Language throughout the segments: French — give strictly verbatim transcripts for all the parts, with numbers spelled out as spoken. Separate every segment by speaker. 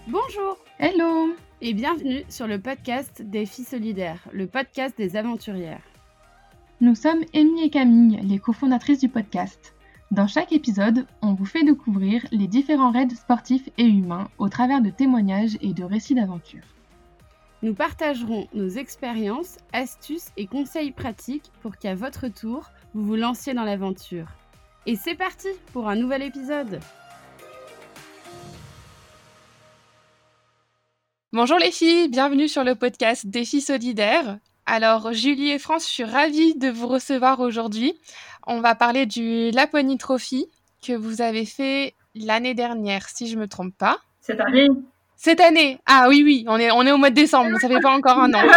Speaker 1: Bonjour
Speaker 2: Hello
Speaker 1: et bienvenue sur le podcast des filles solidaires, le podcast des aventurières.
Speaker 2: Nous sommes Amy et Camille, les cofondatrices du podcast. Dans chaque épisode, on vous fait découvrir les différents raids sportifs et humains au travers de témoignages et de récits d'aventure.
Speaker 1: Nous partagerons nos expériences, astuces et conseils pratiques pour qu'à votre tour, vous vous lanciez dans l'aventure. Et c'est parti pour un nouvel épisode.
Speaker 3: Bonjour les filles, bienvenue sur le podcast des filles solidaires. Alors Julie et France, je suis ravie de vous recevoir aujourd'hui. On va parler du Laponie Trophy que vous avez fait l'année dernière, si je me trompe pas.
Speaker 4: Cette année.
Speaker 3: Cette année. Ah oui, oui, on est, on est au mois de décembre, donc ça fait pas encore un an.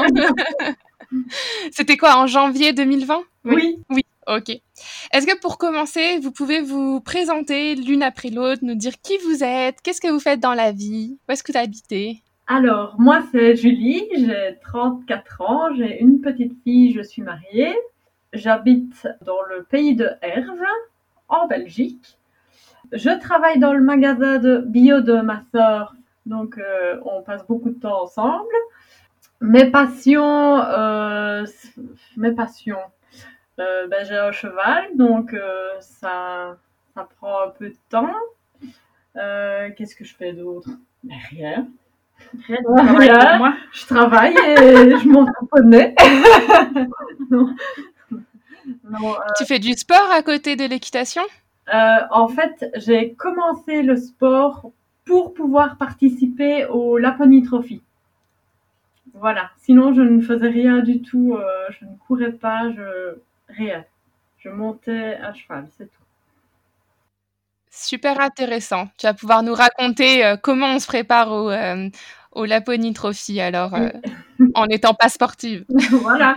Speaker 3: C'était quoi, en janvier deux mille vingt ?
Speaker 4: Oui.
Speaker 3: Oui, ok. Est-ce que pour commencer, vous pouvez vous présenter l'une après l'autre, nous dire qui vous êtes, qu'est-ce que vous faites dans la vie, où est-ce que vous habitez ?
Speaker 4: Alors, moi c'est Julie, j'ai trente-quatre ans, j'ai une petite fille, je suis mariée. J'habite dans le pays de Herve, en Belgique. Je travaille dans le magasin de bio de ma sœur, donc euh, on passe beaucoup de temps ensemble. Mes passions, euh, mes passions, euh, ben, j'ai un cheval, donc euh, ça, ça prend un peu de temps. Euh, qu'est-ce que je fais d'autre ? Ben, rien.
Speaker 3: Rien,
Speaker 4: Rien. Moi. Je travaille et je m'en connais. non. Non, euh,
Speaker 3: tu fais du sport à côté de l'équitation ?
Speaker 4: euh, En fait, j'ai commencé le sport pour pouvoir participer au Laponie Trophy. Voilà. Sinon, je ne faisais rien du tout. Euh, je ne courais pas. Je rien. Je montais à cheval, c'est tout.
Speaker 3: Super intéressant. Tu vas pouvoir nous raconter euh, comment on se prépare au, euh, au Laponie Trophy, alors, euh, en n'étant pas sportive.
Speaker 4: Voilà.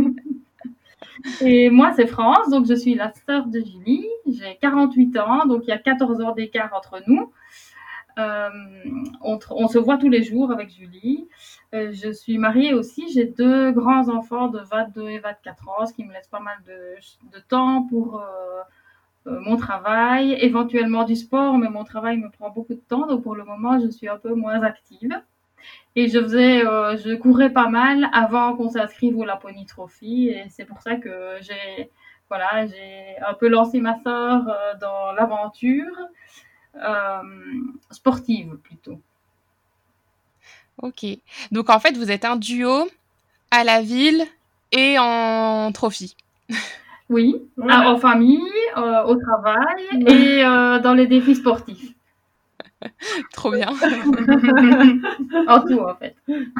Speaker 5: Et moi, c'est France, donc je suis la sœur de Julie. J'ai quarante-huit ans, donc il y a quatorze heures d'écart entre nous. Euh, on, on se voit tous les jours avec Julie. Euh, je suis mariée aussi. J'ai deux grands enfants de vingt-deux et vingt-quatre ans, ce qui me laisse pas mal de, de temps pour euh, euh, mon travail, éventuellement du sport, mais mon travail me prend beaucoup de temps, donc pour le moment, je suis un peu moins active. Et je faisais, euh, je courais pas mal avant qu'on s'inscrive au Laponie Trophy, et c'est pour ça que j'ai, voilà, j'ai un peu lancé ma sœur euh, dans l'aventure euh, sportive plutôt.
Speaker 3: Ok. Donc en fait, vous êtes un duo à la ville et en trophy.
Speaker 5: Oui, voilà. En famille, euh, au travail et euh, dans les défis sportifs.
Speaker 3: Trop bien.
Speaker 5: En tout, en fait.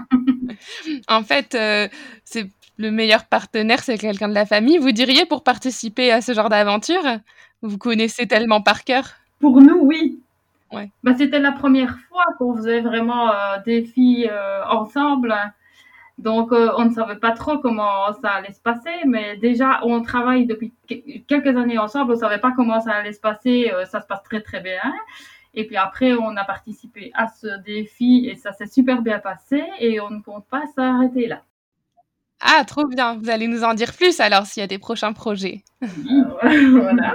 Speaker 3: En fait, euh, c'est le meilleur partenaire, c'est quelqu'un de la famille. Vous diriez pour participer à ce genre d'aventure ? Vous connaissez tellement par cœur ?
Speaker 4: Pour nous, oui.
Speaker 3: Ouais.
Speaker 5: Bah, c'était la première fois qu'on faisait vraiment euh, des filles euh, ensemble. Donc, euh, on ne savait pas trop comment ça allait se passer, mais déjà, on travaille depuis quelques années ensemble, on ne savait pas comment ça allait se passer, euh, ça se passe très très bien. Et puis après, on a participé à ce défi et ça s'est super bien passé et on ne compte pas s'arrêter là.
Speaker 3: Ah, trop bien. Vous allez nous en dire plus alors s'il y a des prochains projets.
Speaker 4: Voilà.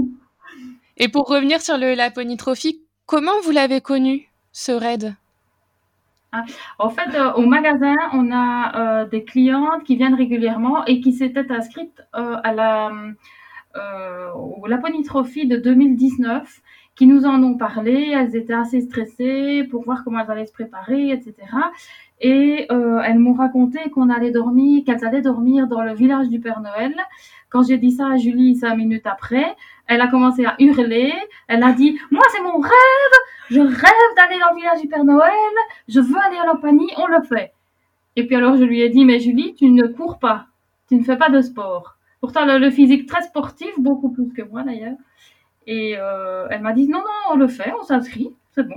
Speaker 3: Et pour revenir sur le Laponie Trophy, comment vous l'avez connu, ce raid ?
Speaker 5: Ah, en fait, euh, au magasin, on a euh, des clientes qui viennent régulièrement et qui s'étaient inscrites euh, à la, euh, au Laponie Trophy de deux mille dix-neuf, qui nous en ont parlé. Elles étaient assez stressées pour voir comment elles allaient se préparer, et cetera. Et euh, elles m'ont raconté qu'on allait dormir, qu'elles allaient dormir dans le village du Père Noël. Quand j'ai dit ça à Julie cinq minutes après, elle a commencé à hurler. Elle a dit « Moi, c'est mon rêve ! Je rêve d'aller dans le village du Père Noël. Je veux aller à Laponie, on le fait. » Et puis alors, je lui ai dit « Mais Julie, tu ne cours pas. Tu ne fais pas de sport. » Pourtant, le, le physique très sportif, beaucoup plus que moi d'ailleurs. Et euh, elle m'a dit « Non, non, on le fait, on s'inscrit, c'est bon. »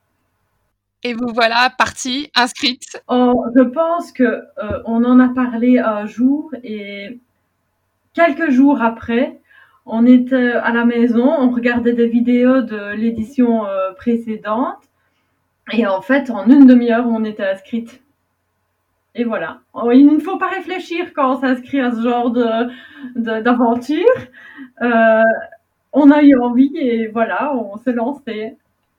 Speaker 3: Et vous voilà partie, inscrite.
Speaker 4: Oh, je pense que euh, on en a parlé un jour et quelques jours après, on était à la maison, on regardait des vidéos de l'édition euh, précédente et en fait, en une demi-heure, on était inscrite. Et voilà. Oh, il ne faut pas réfléchir quand on s'inscrit à ce genre de, de d'aventure. Euh, on a eu envie et voilà, on s'est lancé.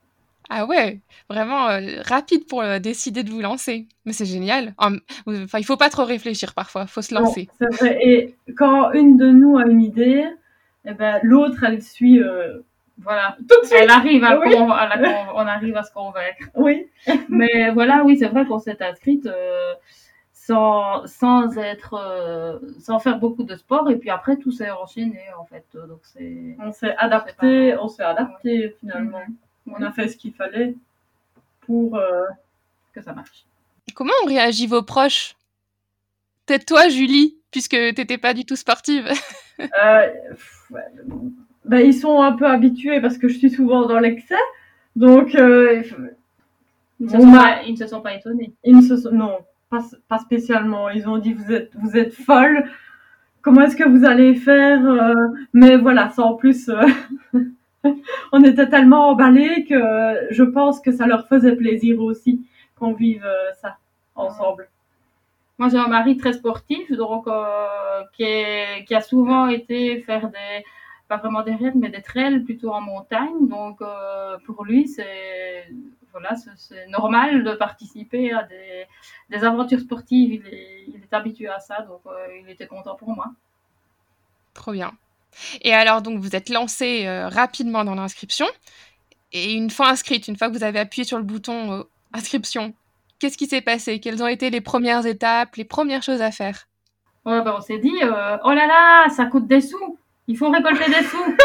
Speaker 3: Ah ouais, vraiment euh, rapide pour euh, décider de vous lancer. Mais c'est génial. En- Enfin, il faut pas trop réfléchir parfois, faut se
Speaker 4: Non,
Speaker 3: lancer.
Speaker 4: c'est vrai. Et quand une de nous a une idée, eh ben, l'autre, elle suit euh,
Speaker 5: Voilà.
Speaker 4: tout de suite.
Speaker 5: Elle arrive à,
Speaker 4: Oui.
Speaker 5: con- à la con- on arrive à se convaincre.
Speaker 4: Oui.
Speaker 5: Mais voilà, oui, c'est vrai qu'on s'est inscrite euh, sans, sans être, euh, sans faire beaucoup de sport. Et puis après, tout s'est enchaîné, en fait. Donc c'est.
Speaker 4: On s'est
Speaker 5: C'est
Speaker 4: adapté,
Speaker 5: pas mal.
Speaker 4: on s'est adapté finalement.
Speaker 5: Mhm.
Speaker 4: On a fait ce qu'il fallait pour euh,
Speaker 5: Que ça marche.
Speaker 3: Comment ont réagi vos proches? Peut-être toi, Julie, puisque t'étais pas du tout sportive.
Speaker 4: euh, pff, ouais, ben, ils sont un peu habitués parce que je suis souvent dans l'excès. Donc, euh,
Speaker 5: Ils, se
Speaker 4: On
Speaker 5: sont
Speaker 4: m'a-
Speaker 5: pas, ils ne se sont pas étonnés.
Speaker 4: ils ne se sont... Non, pas, pas spécialement. Ils ont dit, vous êtes, vous êtes folle. Comment est-ce que vous allez faire euh, Mais voilà, ça en plus, euh, on était tellement emballés que je pense que ça leur faisait plaisir aussi qu'on vive euh, ça ensemble.
Speaker 5: Moi, j'ai un mari très sportif, donc euh, qui, est, qui a souvent été faire des, pas vraiment des raids, mais des trails plutôt en montagne. Donc, euh, pour lui, c'est voilà, c'est, c'est normal de participer à des, des aventures sportives. Il est, il est habitué à ça, donc euh, il était content pour moi.
Speaker 3: Trop bien. Et alors, donc, vous êtes lancé euh, rapidement dans l'inscription. Et une fois inscrite, une fois que vous avez appuyé sur le bouton euh, inscription, qu'est-ce qui s'est passé? Quelles ont été les premières étapes, les premières choses à faire?
Speaker 5: Ouais, ben, on s'est dit, euh, oh là là, ça coûte des sous. Il faut récolter des sous.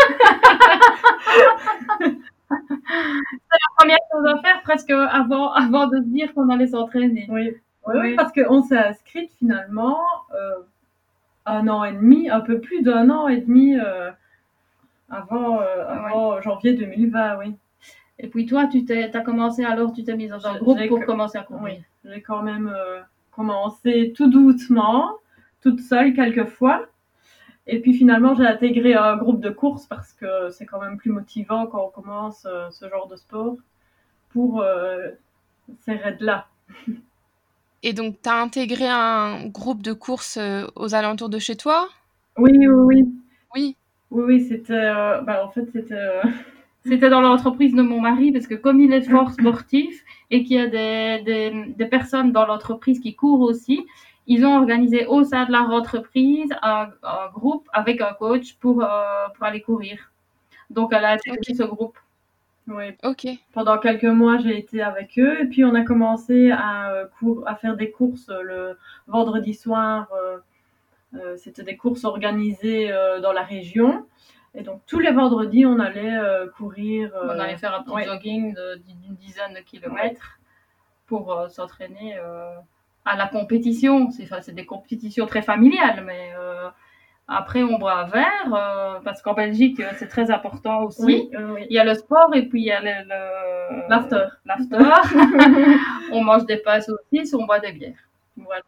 Speaker 5: C'est la première chose à faire presque avant, avant de se dire qu'on allait s'entraîner.
Speaker 4: Oui, oui,
Speaker 5: Oui.
Speaker 4: oui, parce qu'on s'est inscrite finalement euh, un an et demi, un peu plus d'un an et demi euh, avant, euh, avant janvier deux mille vingt, oui.
Speaker 5: Et puis toi, tu t'es, t'as commencé alors, tu t'es mise dans un
Speaker 4: J'ai-
Speaker 5: groupe
Speaker 4: j'ai
Speaker 5: pour
Speaker 4: que-
Speaker 5: commencer à courir.
Speaker 4: Oui, j'ai quand même euh, commencé tout doucement, toute seule quelquefois. Et puis finalement, j'ai intégré un groupe de course parce que c'est quand même plus motivant quand on commence euh, ce genre de sport pour euh, ces raids-là.
Speaker 3: Et donc, tu as intégré un groupe de course euh, aux alentours de chez toi?
Speaker 4: Oui, oui, oui.
Speaker 3: Oui.
Speaker 4: Oui, oui, c'était. euh, bah, en fait, c'était. euh,
Speaker 5: C'était dans l'entreprise de mon mari parce que comme il est fort sportif et qu'il y a des, des, des personnes dans l'entreprise qui courent aussi, ils ont organisé au sein de leur entreprise un, un groupe avec un coach pour, euh, pour aller courir. Donc elle a intégré
Speaker 3: Ok.
Speaker 5: ce groupe.
Speaker 4: oui.
Speaker 3: Ok.
Speaker 4: Pendant quelques mois, j'ai été avec eux. Et puis, on a commencé à, euh, cour- à faire des courses euh, le vendredi soir. euh, euh, c'était des courses organisées euh, dans la région. Et donc, tous les vendredis, on allait euh, courir. euh,
Speaker 5: On allait faire un petit
Speaker 4: ouais.
Speaker 5: jogging de- d'une dizaine de kilomètres pour euh, s'entraîner euh, à la compétition. C'est, enfin, c'est des compétitions très familiales, mais euh, après ombre à vert, euh, parce qu'en Belgique, euh, c'est très important aussi.
Speaker 4: Oui, euh, oui.
Speaker 5: Il y a le sport et puis il y a le, le-
Speaker 4: L'after.
Speaker 5: l'after. On mange des pâtes aussi, on boit des bières. Voilà.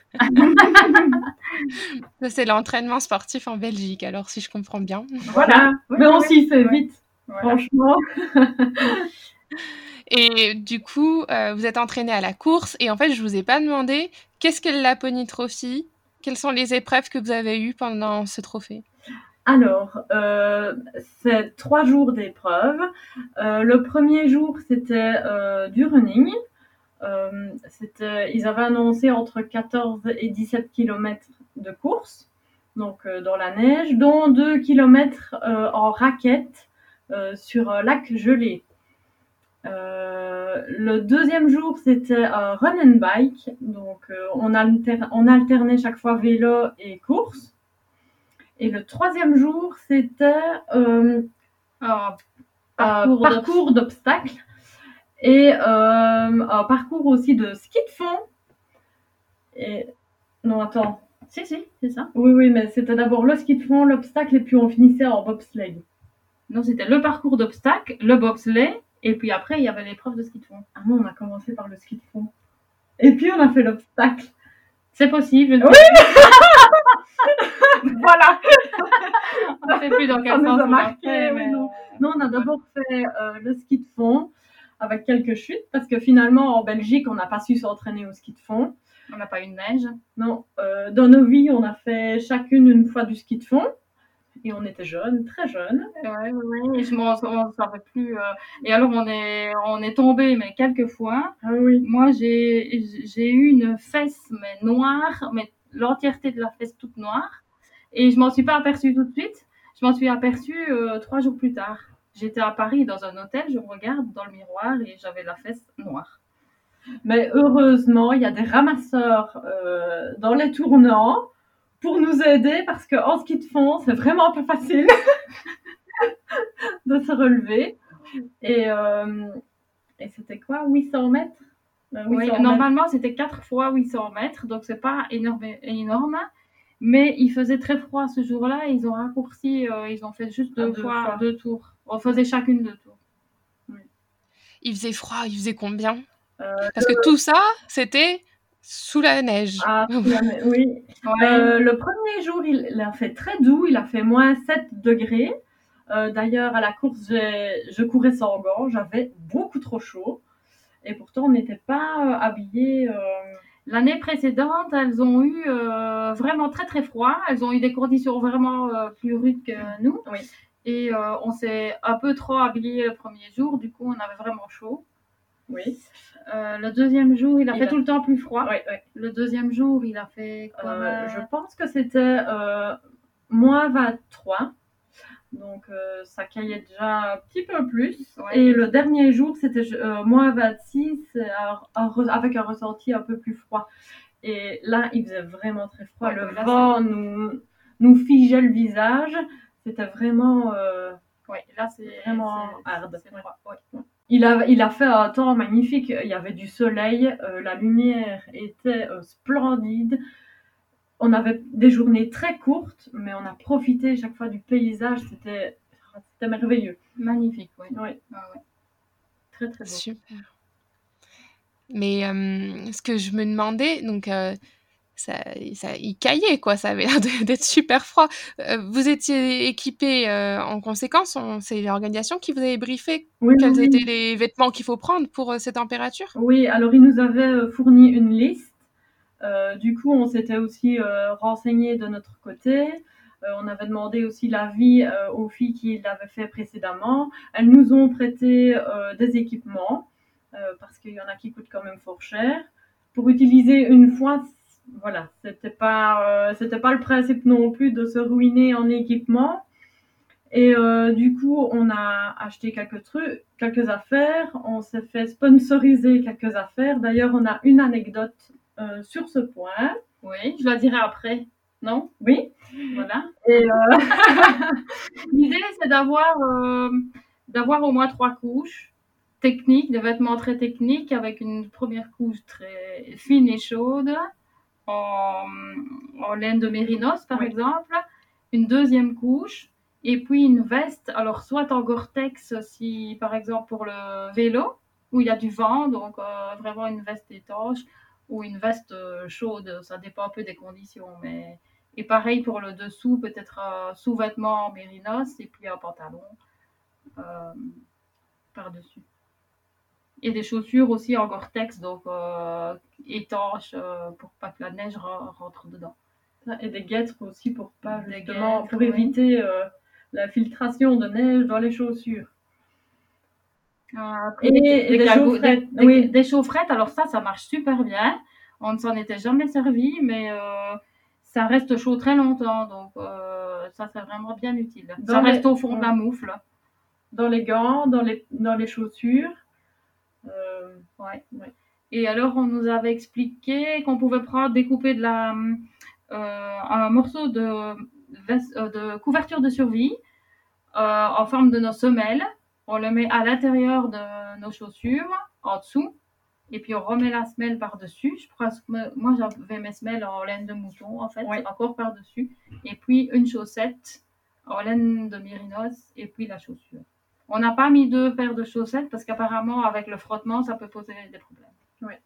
Speaker 3: Ça, c'est l'entraînement sportif en Belgique, alors si je comprends bien.
Speaker 4: Voilà.
Speaker 5: Oui,
Speaker 4: Mais
Speaker 5: oui,
Speaker 4: on
Speaker 5: oui.
Speaker 4: s'y fait
Speaker 5: Ouais.
Speaker 4: vite,
Speaker 5: Voilà.
Speaker 4: franchement.
Speaker 3: Et du coup, euh, vous êtes entraîné à la course. Et en fait, je vous ai pas demandé qu'est-ce que la Pony Trophy? Quelles sont les épreuves que vous avez eues pendant ce trophée?
Speaker 4: Alors, euh, c'est trois jours d'épreuve. Euh, le premier jour, c'était euh, du running. Euh, c'était, ils avaient annoncé entre quatorze et dix-sept kilomètres de course, donc euh, dans la neige, dont deux kilomètres euh, en raquette euh, sur un lac gelé. Euh, le deuxième jour, c'était un run and bike, donc euh, on, alter, on alternait chaque fois vélo et course. Et le troisième jour, c'était euh,
Speaker 5: Ah,
Speaker 4: un
Speaker 5: parcours
Speaker 4: parcours d'obstacles et euh, un parcours aussi de ski de fond. Et non, attends.
Speaker 5: Si, si, c'est ça.
Speaker 4: Oui, oui, mais c'était d'abord le ski de fond, l'obstacle, et puis on finissait en bobsleigh.
Speaker 5: Non, c'était le parcours d'obstacles, le bobsleigh, et puis après, il y avait l'épreuve de ski de fond.
Speaker 4: Ah non, on a commencé par le ski de fond. Et puis on a fait l'obstacle.
Speaker 5: C'est possible. Je ne
Speaker 4: Oui.
Speaker 5: sais voilà. On ne sait plus dans quel
Speaker 4: Ça nous
Speaker 5: sens
Speaker 4: a
Speaker 5: on
Speaker 4: marqué,
Speaker 5: fait,
Speaker 4: oui,
Speaker 5: mais,
Speaker 4: non.
Speaker 5: euh,
Speaker 4: Non, on a d'abord fait euh, le ski de fond avec quelques chutes, parce que finalement, en Belgique, on n'a pas su s'entraîner au ski de fond.
Speaker 5: On n'a pas eu de neige.
Speaker 4: Non, euh, dans nos vies, on a fait chacune une fois du ski de fond. Et on était jeunes, très jeunes.
Speaker 5: Ouais, ouais, ouais. Et je m'en on savait plus. euh. Et alors, on est, on est tombé, mais quelques fois.
Speaker 4: Ah oui.
Speaker 5: Moi, j'ai, j'ai eu une fesse, mais noire, mais l'entièreté de la fesse toute noire. Et je m'en suis pas aperçue tout de suite. Je m'en suis aperçue euh, trois jours plus tard. J'étais à Paris dans un hôtel, je me regarde dans le miroir et j'avais la fesse noire.
Speaker 4: Mais heureusement, il y a des ramasseurs euh, dans les tournants pour nous aider parce qu'en ski de fond, c'est vraiment pas facile de se relever. Et, euh, et c'était quoi, huit cents mètres euh, huit
Speaker 5: Oui,
Speaker 4: cents
Speaker 5: normalement,
Speaker 4: mètres.
Speaker 5: c'était quatre fois huit cents mètres, donc c'est pas énorme, énorme. Mais il faisait très froid ce jour-là et ils ont raccourci, euh, ils ont fait juste deux,
Speaker 4: Ah, deux
Speaker 5: fois,
Speaker 4: fois.
Speaker 5: deux tours. On faisait chacune deux tours.
Speaker 3: Il faisait froid, il faisait combien
Speaker 4: Euh,
Speaker 3: Parce que tout ça, c'était sous la neige.
Speaker 4: Ah, oui.
Speaker 5: Ouais.
Speaker 4: Euh, le premier jour, il, il a fait très doux, il a fait moins sept degrés. Euh, d'ailleurs, à la course, j'ai, je courais sans gants, j'avais beaucoup trop chaud. Et pourtant, on n'était pas euh, habillés. Euh...
Speaker 5: L'année précédente, elles ont eu euh, vraiment très très froid. Elles ont eu des conditions vraiment euh, plus rudes que nous.
Speaker 4: Oui.
Speaker 5: Et euh, on s'est un peu trop habillés le premier jour. Du coup, on avait vraiment chaud.
Speaker 4: Oui.
Speaker 5: Euh, le deuxième jour, il a
Speaker 4: Il
Speaker 5: fait
Speaker 4: a...
Speaker 5: tout le temps plus froid.
Speaker 4: Oui, oui.
Speaker 5: Le deuxième jour, il a fait comme...
Speaker 4: Euh, je pense que c'était euh, moins vingt-trois. Donc, euh, ça caillait déjà un petit peu plus. Ouais. Et le dernier jour, c'était euh, moins vingt-six, avec un ressenti un peu plus froid. Et là, il faisait vraiment très froid. Ouais, le là, vent nous, nous figeait le visage. C'était vraiment... Euh,
Speaker 5: ouais, là, c'est
Speaker 4: vraiment
Speaker 5: c'est,
Speaker 4: hard.
Speaker 5: C'est froid. Ouais.
Speaker 4: Ouais. Il a, il a fait un temps magnifique. Il y avait du soleil. Euh, la lumière était euh, splendide. On avait des journées très courtes, mais on a profité chaque fois du paysage. C'était, c'était merveilleux.
Speaker 5: Magnifique, oui.
Speaker 4: Ouais.
Speaker 5: Ah, ouais. Très, très beau.
Speaker 3: Super. Mais euh, ce que je me demandais, donc, euh, ça, ça, il caillait, quoi. Ça avait l'air d'être super froid. Euh, vous étiez équipés euh, en conséquence. On, c'est l'organisation qui vous avait briefé
Speaker 4: oui,
Speaker 3: quels
Speaker 4: oui.
Speaker 3: étaient les vêtements qu'il faut prendre pour euh, ces températures?
Speaker 4: Oui, alors ils nous avaient fourni une liste. Euh, du coup, on s'était aussi euh, renseigné de notre côté. Euh, on avait demandé aussi l'avis euh, aux filles qui l'avaient fait précédemment. Elles nous ont prêté euh, des équipements, euh, parce qu'il y en a qui coûtent quand même fort cher. Pour utiliser une fois, voilà, c'était pas, euh, c'était pas le principe non plus de se ruiner en équipement. Et euh, du coup, on a acheté quelques trucs, quelques affaires. On s'est fait sponsoriser quelques affaires. D'ailleurs, on a une anecdote Euh, sur ce point.
Speaker 5: Oui, je la dirai après. Non?
Speaker 4: Oui.
Speaker 5: Voilà.
Speaker 4: Et euh...
Speaker 5: l'idée, c'est d'avoir, euh, d'avoir au moins trois couches techniques, des vêtements très techniques, avec une première couche très fine et chaude, en, en laine de mérinos, par oui. exemple, une deuxième couche, et puis une veste, alors soit en Gore-Tex, si, par exemple, pour le vélo, où il y a du vent, donc euh, vraiment une veste étanche, ou une veste chaude, ça dépend un peu des conditions. Mais... Et pareil pour le dessous, peut-être un sous-vêtement en mérinos et puis un pantalon euh, par-dessus. Et des chaussures aussi en Gore-Tex, donc euh, étanches euh, pour pas que la neige rentre dedans.
Speaker 4: Et des guêtres aussi pour pas justement guêtres, pour oui. éviter euh, la filtration de neige dans les chaussures.
Speaker 5: Après, et, des, et des, des, chaufferettes. Des, oui. des chaufferettes, alors ça, ça marche super bien. On ne s'en était jamais servi, mais euh, ça reste chaud très longtemps, donc euh, ça, c'est vraiment bien utile. Dans ça les, reste au fond de la moufle.
Speaker 4: Dans les gants, dans les, dans les chaussures.
Speaker 5: Euh, ouais, ouais. Et alors, on nous avait expliqué qu'on pouvait prendre, découper de la, euh, un morceau de, de couverture de survie euh, en forme de nos semelles. On le met à l'intérieur de nos chaussures, en dessous, et puis on remet la semelle par-dessus. Je crois que moi, j'avais mes semelles en laine de mouton, en fait, ouais. encore par-dessus. Et puis une chaussette en laine de mérinos, et puis la chaussure. On n'a pas mis deux paires de chaussettes, parce qu'apparemment, avec le frottement, ça peut poser des problèmes.
Speaker 4: Ouais.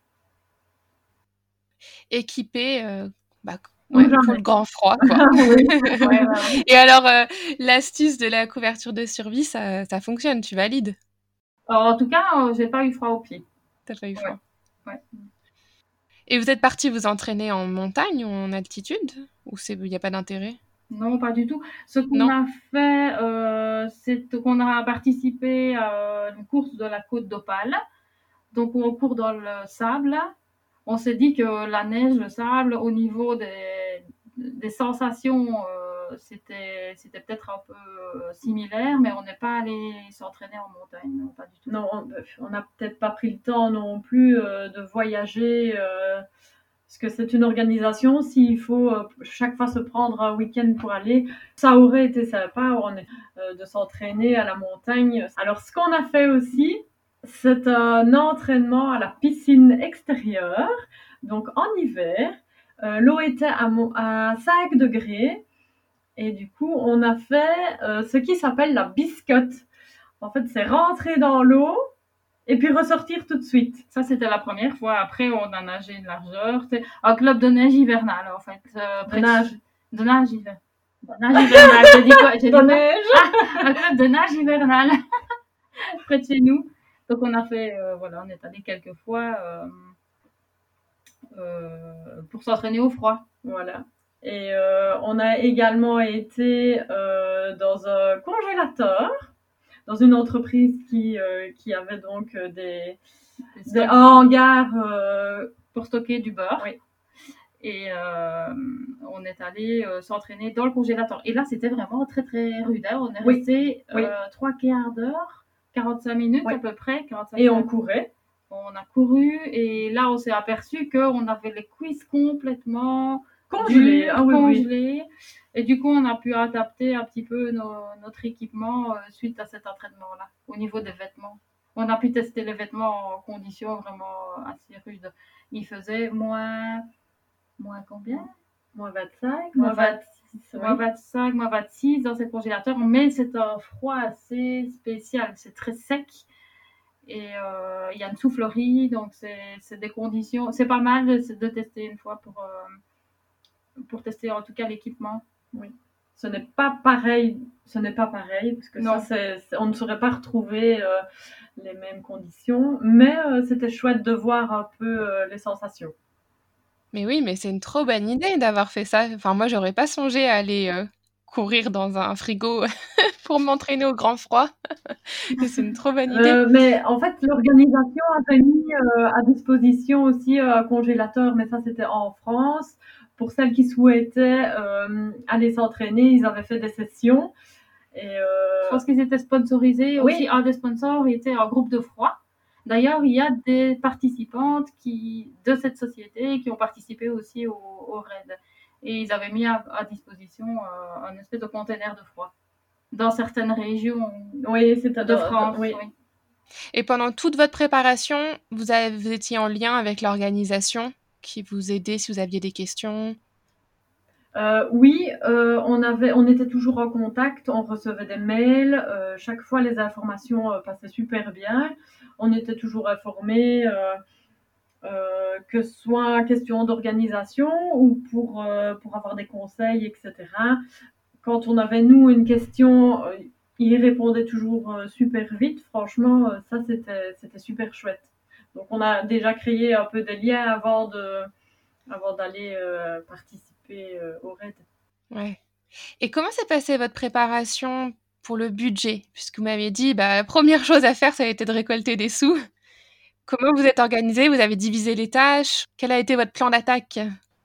Speaker 3: Équipé... Euh, bah... Ouais, pour le grand froid, quoi.
Speaker 5: oui, ouais, ouais, ouais.
Speaker 3: Et alors, euh, l'astuce de la couverture de survie, ça, ça fonctionne, tu valides?
Speaker 5: Alors, en tout cas, euh, j'ai pas eu froid aux pieds.
Speaker 3: T'as pas eu froid.
Speaker 5: Ouais. ouais.
Speaker 3: Et vous êtes parti vous entraîner en montagne ou en altitude? Ou il n'y a pas d'intérêt?
Speaker 5: Non, pas du tout. Ce qu'on
Speaker 3: Non.
Speaker 5: a fait, euh, c'est qu'on a participé à une course de la Côte d'Opale. Donc, on court dans le sable. On s'est dit que la neige, le sable, au niveau des, des sensations, euh, c'était, c'était peut-être un peu euh, similaire, mais on n'est pas allé s'entraîner en montagne, non, pas du tout.
Speaker 4: Non, on n'a peut-être pas pris le temps non plus euh, de voyager, euh, parce que c'est une organisation. S'il faut euh, chaque fois se prendre un week-end pour aller, ça aurait été sympa on est, euh, de s'entraîner à la montagne. Alors, ce qu'on a fait aussi, c'est un entraînement à la piscine extérieure. Donc, en hiver, euh, l'eau était à, mon, à cinq degrés. Et du coup, on a fait euh, ce qui s'appelle la biscotte. En fait, c'est rentrer dans l'eau et puis ressortir tout de suite.
Speaker 5: Ça, c'était la première fois. Après, on a nagé une largeur. C'est un club de neige hivernale, en fait. Euh,
Speaker 4: De nage.
Speaker 5: De nage hivernale. Nage hivernale. J'ai dit quoi? J'ai dit
Speaker 4: De
Speaker 5: quoi?
Speaker 4: neige.
Speaker 5: Ah, un club de nage hivernale. Près de chez nous. Donc, on a fait, euh, voilà, on est allé quelques fois euh, euh, pour s'entraîner au froid.
Speaker 4: Voilà. Et euh, on a également été euh, dans un congélateur, dans une entreprise qui, euh, qui avait donc des, des, des hangars euh,
Speaker 5: pour stocker du beurre.
Speaker 4: Oui.
Speaker 5: Et euh, on est allé euh, s'entraîner dans le congélateur. Et là, c'était vraiment très, très rude. Hein. On est
Speaker 4: oui.
Speaker 5: resté
Speaker 4: oui.
Speaker 5: euh, trois quarts d'heure, quarante-cinq minutes oui. à peu près. quarante-cinq
Speaker 4: et on courait.
Speaker 5: On a couru et là, on s'est aperçu qu'on avait les cuisses complètement
Speaker 4: congelées.
Speaker 5: Dures,
Speaker 4: ah, oui,
Speaker 5: congelées. Oui. Et du coup, on a pu adapter un petit peu nos, notre équipement euh, suite à cet entraînement-là, au niveau des vêtements. On a pu tester les vêtements en conditions vraiment assez rudes. Il faisait moins... Moins combien?
Speaker 4: Moins vingt-cinq,
Speaker 5: moins vingt-six, moins vingt-cinq, moins vingt-six dans ce congélateur. Mais c'est un froid assez spécial. C'est très sec. Et il euh, y a une soufflerie, donc c'est, c'est des conditions. C'est pas mal de, de tester une fois pour, euh, pour tester en tout cas l'équipement.
Speaker 4: Oui. Ce n'est pas pareil, ce n'est pas pareil, parce que non. Ça, c'est, c'est, on ne saurait pas retrouver euh, les mêmes conditions, mais euh, c'était chouette de voir un peu euh, les sensations.
Speaker 3: Mais oui, mais c'est une trop bonne idée d'avoir fait ça. Enfin, moi, j'aurais pas songé à aller euh, courir dans un frigo pour m'entraîner au grand froid. C'est une trop bonne idée.
Speaker 4: Euh, mais en fait, l'organisation avait mis euh, à disposition aussi euh, un congélateur, mais ça, c'était en France. Pour celles qui souhaitaient euh, aller s'entraîner, ils avaient fait des sessions. Et euh...
Speaker 5: Je pense qu'ils étaient sponsorisés.
Speaker 4: Oui.
Speaker 5: Aussi, un des sponsors était un groupe de froid. D'ailleurs, il y a des participantes qui, de cette société qui ont participé aussi au, au raid. Et ils avaient mis à, à disposition euh, un espèce de conteneur de froid dans certaines régions
Speaker 4: oui, c'est
Speaker 5: de France.
Speaker 4: Oui.
Speaker 5: Oui.
Speaker 3: Et pendant toute votre préparation, vous, avez, vous étiez en lien avec l'organisation qui vous aidait si vous aviez des questions?
Speaker 4: Euh, oui, euh, on, avait, on était toujours en contact, on recevait des mails, euh, chaque fois les informations euh, passaient super bien, on était toujours informés, euh, euh, que ce soit question d'organisation ou pour, euh, pour avoir des conseils, et cetera. Quand on avait, nous, une question, euh, ils répondaient toujours euh, super vite, franchement, euh, ça c'était, c'était super chouette. Donc on a déjà créé un peu des liens avant, de, avant d'aller euh, participer au raid.
Speaker 3: Ouais. Et comment s'est passée votre préparation pour le budget? Puisque vous m'aviez dit, bah, la première chose à faire, ça a été de récolter des sous. Comment vous êtes organisé? Vous avez divisé les tâches? Quel a été votre plan d'attaque?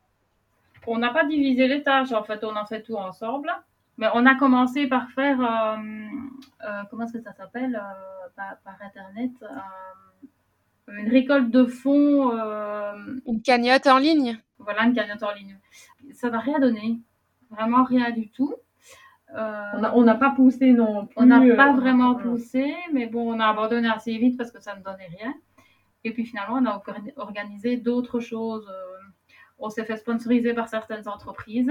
Speaker 5: On n'a pas divisé les tâches, en fait, on a fait tout ensemble. Mais on a commencé par faire, euh, euh, comment est-ce que ça s'appelle euh, par, par Internet euh, une récolte de fonds. Euh,
Speaker 3: une cagnotte en ligne?
Speaker 5: Voilà, une cagnotte en ligne. Ça n'a rien donné. Vraiment rien du tout.
Speaker 4: Euh, on n'a pas poussé non plus.
Speaker 5: On n'a pas euh, vraiment poussé, mais bon, on a abandonné assez vite parce que ça ne donnait rien. Et puis finalement, on a organisé d'autres choses. On s'est fait sponsoriser par certaines entreprises.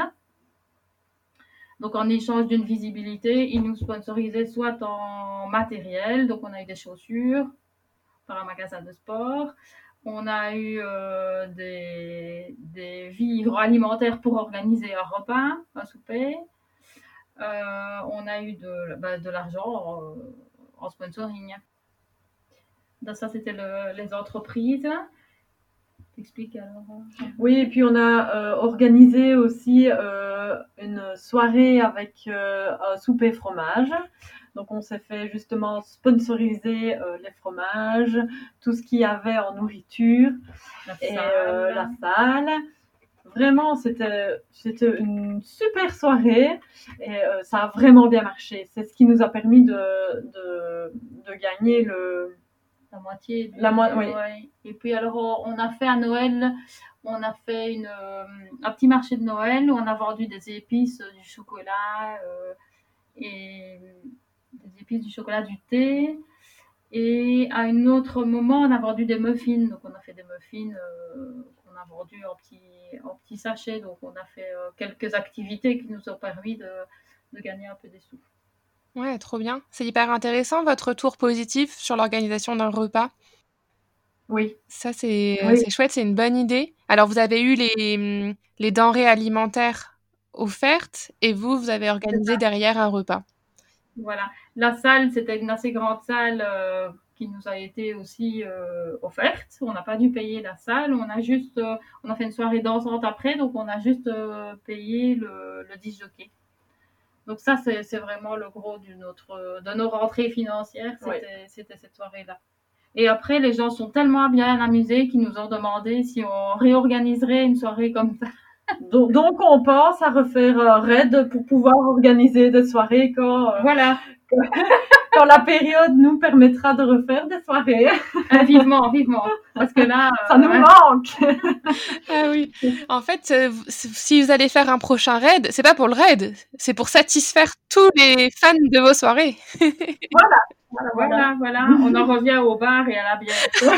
Speaker 5: Donc, en échange d'une visibilité, ils nous sponsorisaient soit en matériel, donc on a eu des chaussures par un magasin de sport. On a eu euh, des, des vivres alimentaires pour organiser un repas, un souper. Euh, on a eu de, bah, de l'argent euh, en sponsoring. Donc ça, c'était le, les entreprises. T'expliques alors. euh,
Speaker 4: Oui, et puis on a euh, organisé aussi euh, une soirée avec euh, un souper fromage. Donc on s'est fait justement sponsoriser euh, les fromages, tout ce qu'il y avait en nourriture
Speaker 5: La
Speaker 4: et
Speaker 5: salle.
Speaker 4: euh, la salle. Vraiment, c'était, c'était une super soirée et euh, ça a vraiment bien marché. C'est ce qui nous a permis de, de, de gagner le...
Speaker 5: La moitié. Du,
Speaker 4: La mo- oui.
Speaker 5: ouais. Et puis alors on, on a fait à Noël, on a fait une, euh, un petit marché de Noël où on a vendu des épices, euh, du chocolat euh, et des épices, du chocolat, du thé. Et à un autre moment, on a vendu des muffins. Donc on a fait des muffins euh, qu'on a vendus en petits en petits sachets. Donc on a fait euh, quelques activités qui nous ont permis de, de gagner un peu des sous.
Speaker 3: Ouais, trop bien. C'est hyper intéressant votre retour positif sur l'organisation d'un repas.
Speaker 4: Oui.
Speaker 3: Ça, c'est
Speaker 4: Oui.
Speaker 3: c'est chouette, c'est une bonne idée. Alors, vous avez eu les, hum, les denrées alimentaires offertes et vous, vous avez organisé derrière un repas.
Speaker 5: Voilà. La salle, c'était une assez grande salle euh, qui nous a été aussi euh, offerte. On n'a pas dû payer la salle. On a juste, euh, on a fait une soirée dansante après, donc on a juste euh, payé le, le disc jockey. Donc ça, c'est, c'est vraiment le gros de, notre, de nos rentrées financières, c'était,
Speaker 4: Oui.
Speaker 5: c'était cette soirée-là. Et après, les gens sont tellement bien amusés qu'ils nous ont demandé si on réorganiserait une soirée comme ça.
Speaker 4: Donc, donc on pense à refaire un raid pour pouvoir organiser des soirées quand, euh,
Speaker 5: Voilà.
Speaker 4: quand la période nous permettra de refaire des soirées.
Speaker 5: Ah, vivement, vivement. Parce que là,
Speaker 4: ça euh, nous
Speaker 5: ouais.
Speaker 4: manque.
Speaker 3: Ah oui. En fait, euh, si vous allez faire un prochain raid, c'est pas pour le raid, c'est pour satisfaire tous les fans de vos soirées.
Speaker 4: Voilà. Voilà,
Speaker 5: voilà, voilà. On en revient au bar et à la bière.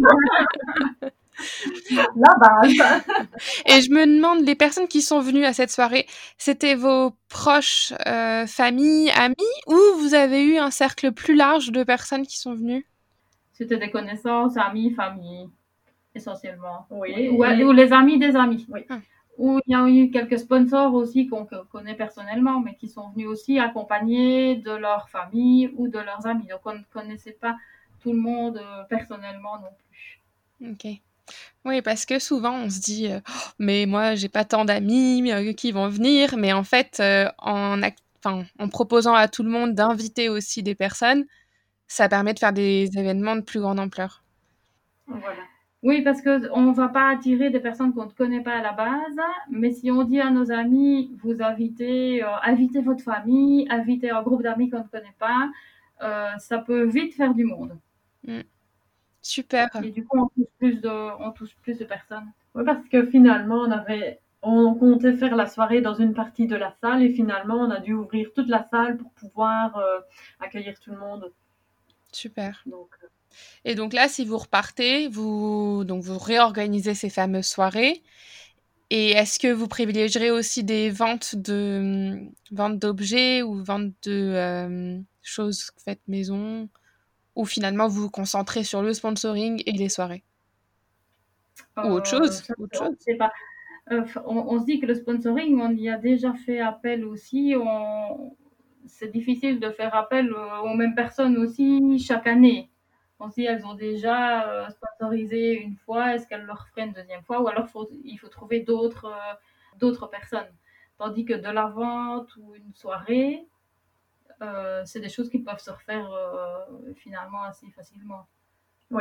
Speaker 4: La base.
Speaker 3: Et je me demande, les personnes qui sont venues à cette soirée, c'était vos proches, euh, familles, amis, ou vous avez eu un cercle plus large de personnes qui sont venues?
Speaker 5: C'était des connaissances, amis, famille, essentiellement.
Speaker 4: Oui.
Speaker 5: Oui. Ou, et... ou les amis des amis.
Speaker 4: Oui.
Speaker 5: Hum. Où il y a eu quelques sponsors aussi qu'on connaît personnellement, mais qui sont venus aussi accompagnés de leur famille ou de leurs amis. Donc on ne connaissait pas tout le monde euh, personnellement non plus.
Speaker 3: Ok. Oui, parce que souvent on se dit euh, oh, mais moi j'ai pas tant d'amis euh, qui vont venir, mais en fait euh, en, act- en proposant à tout le monde d'inviter aussi des personnes, ça permet de faire des événements de plus grande ampleur.
Speaker 5: Voilà. Oui, parce qu'on ne va pas attirer des personnes qu'on ne connaît pas à la base, mais si on dit à nos amis, vous invitez, euh, invitez votre famille, invitez un groupe d'amis qu'on ne connaît pas, euh, ça peut vite faire du monde.
Speaker 3: Mmh. Super.
Speaker 5: Et du coup, on touche plus de, on touche plus de personnes.
Speaker 4: Oui, parce que finalement, on avait, on comptait faire la soirée dans une partie de la salle et finalement, on a dû ouvrir toute la salle pour pouvoir euh, accueillir tout le monde.
Speaker 3: Super.
Speaker 4: Donc, euh...
Speaker 3: Et donc là, si vous repartez, vous, donc vous réorganisez ces fameuses soirées. Et est-ce que vous privilégierez aussi des ventes de ventes d'objets ou ventes de euh, choses faites maison, ou finalement vous vous concentrez sur le sponsoring et les soirées
Speaker 5: euh,
Speaker 3: ou autre chose,
Speaker 5: ça,
Speaker 3: autre
Speaker 5: on
Speaker 3: chose.
Speaker 5: sait pas. Euh, on, on se dit que le sponsoring, on y a déjà fait appel aussi. On... C'est difficile de faire appel aux mêmes personnes aussi chaque année. On se dit elles ont déjà euh, sponsorisé une fois, est-ce qu'elles le referaient une deuxième fois, ou alors faut, il faut trouver d'autres, euh, d'autres personnes. Tandis que de la vente ou une soirée, euh, c'est des choses qui peuvent se refaire euh, finalement assez facilement.
Speaker 4: Oui.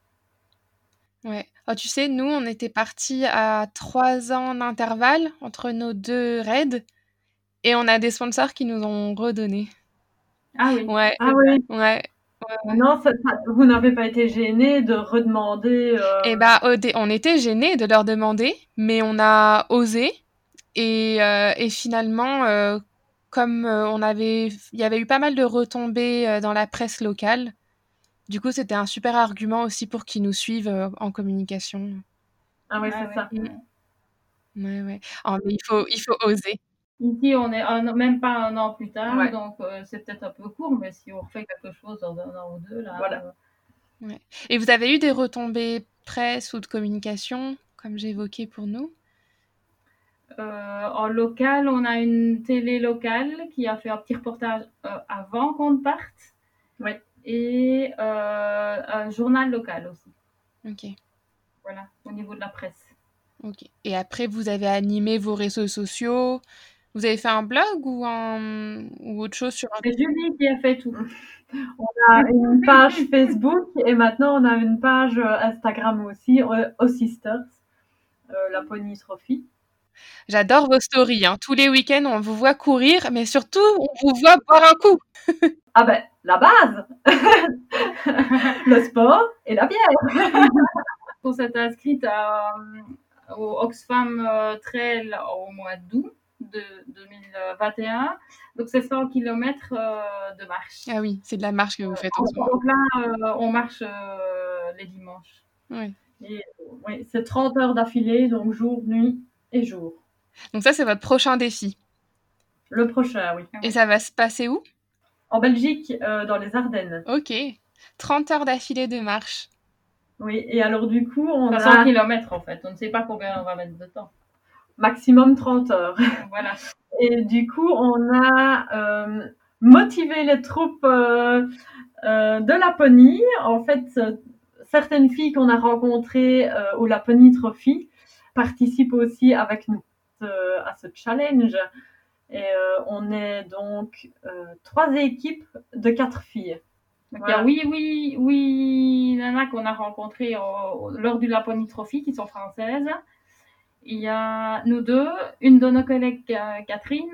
Speaker 3: Ouais. Oh, tu sais, nous, on était partis à trois ans d'intervalle entre nos deux raids et on a des sponsors qui nous ont redonné.
Speaker 5: Ah oui.
Speaker 3: Ouais.
Speaker 4: Ah oui.
Speaker 3: Ouais. Ouais, ouais.
Speaker 4: Non, ça, ça, vous n'avez pas été gênés de redemander euh...
Speaker 3: Eh bah, on était gênés de leur demander, mais on a osé. Et, euh, et finalement, euh, comme euh, on avait, il y avait eu pas mal de retombées euh, dans la presse locale, du coup, c'était un super argument aussi pour qu'ils nous suivent euh, en communication.
Speaker 4: Ah oui,
Speaker 5: ah,
Speaker 4: c'est
Speaker 5: ouais.
Speaker 4: ça.
Speaker 3: Ouais, ouais. Oh, mais il faut, il faut oser.
Speaker 5: Ici, on est un, même pas un an plus tard,
Speaker 4: ouais.
Speaker 5: donc euh, c'est peut-être un peu court, mais si on refait quelque chose dans un an ou deux, là.
Speaker 4: Voilà.
Speaker 5: Euh...
Speaker 3: Ouais. Et vous avez eu des retombées presse ou de communication, comme j'évoquais pour nous?
Speaker 5: Euh, en local, on a une télé locale qui a fait un petit reportage euh, avant qu'on parte.
Speaker 4: Oui.
Speaker 5: Et euh, un journal local aussi.
Speaker 3: Ok.
Speaker 5: voilà, au niveau de la presse.
Speaker 3: Ok. Et après, vous avez animé vos réseaux sociaux. Vous avez fait un blog ou, un... ou autre chose sur un...
Speaker 5: C'est Julie qui a fait tout.
Speaker 4: On a une page Facebook et maintenant on a une page Instagram aussi, euh, aux Sisters, euh, la Pony Trophy.
Speaker 3: J'adore vos stories. Hein. Tous les week-ends, on vous voit courir, mais surtout, on vous voit boire un coup.
Speaker 4: Ah ben, la base le sport et la bière.
Speaker 5: On s'est inscrite à, au Oxfam Trail au mois d'août de deux mille vingt et un. Donc, c'est cent kilomètres de marche.
Speaker 3: Ah oui, c'est de la marche que vous faites en ce moment.
Speaker 5: Donc là, euh, on marche euh, les dimanches.
Speaker 3: Oui.
Speaker 4: Et, oui, c'est trente heures d'affilée, donc jour, nuit et jour.
Speaker 3: Donc ça, c'est votre prochain défi.
Speaker 4: Le prochain, oui.
Speaker 3: Et ça va se passer où?
Speaker 4: En Belgique, euh, dans les Ardennes.
Speaker 3: Ok. trente heures d'affilée de marche.
Speaker 4: Oui, et alors du coup, on
Speaker 5: enfin,
Speaker 4: a...
Speaker 5: cent kilomètres en fait. On ne sait pas combien on va mettre de temps.
Speaker 4: Maximum trente heures.
Speaker 5: Voilà.
Speaker 4: Et du coup, on a euh, motivé les troupes euh, euh, de Laponie. En fait, euh, certaines filles qu'on a rencontrées euh, au Laponie Trophy participent aussi avec nous euh, à ce challenge. Et euh, on est donc euh, trois équipes de quatre filles.
Speaker 5: Donc, voilà. Il y a oui, oui, oui, Nana qu'on a rencontrées au, lors du Laponie Trophy, qui sont françaises. Il y a nous deux, une de nos collègues, Catherine,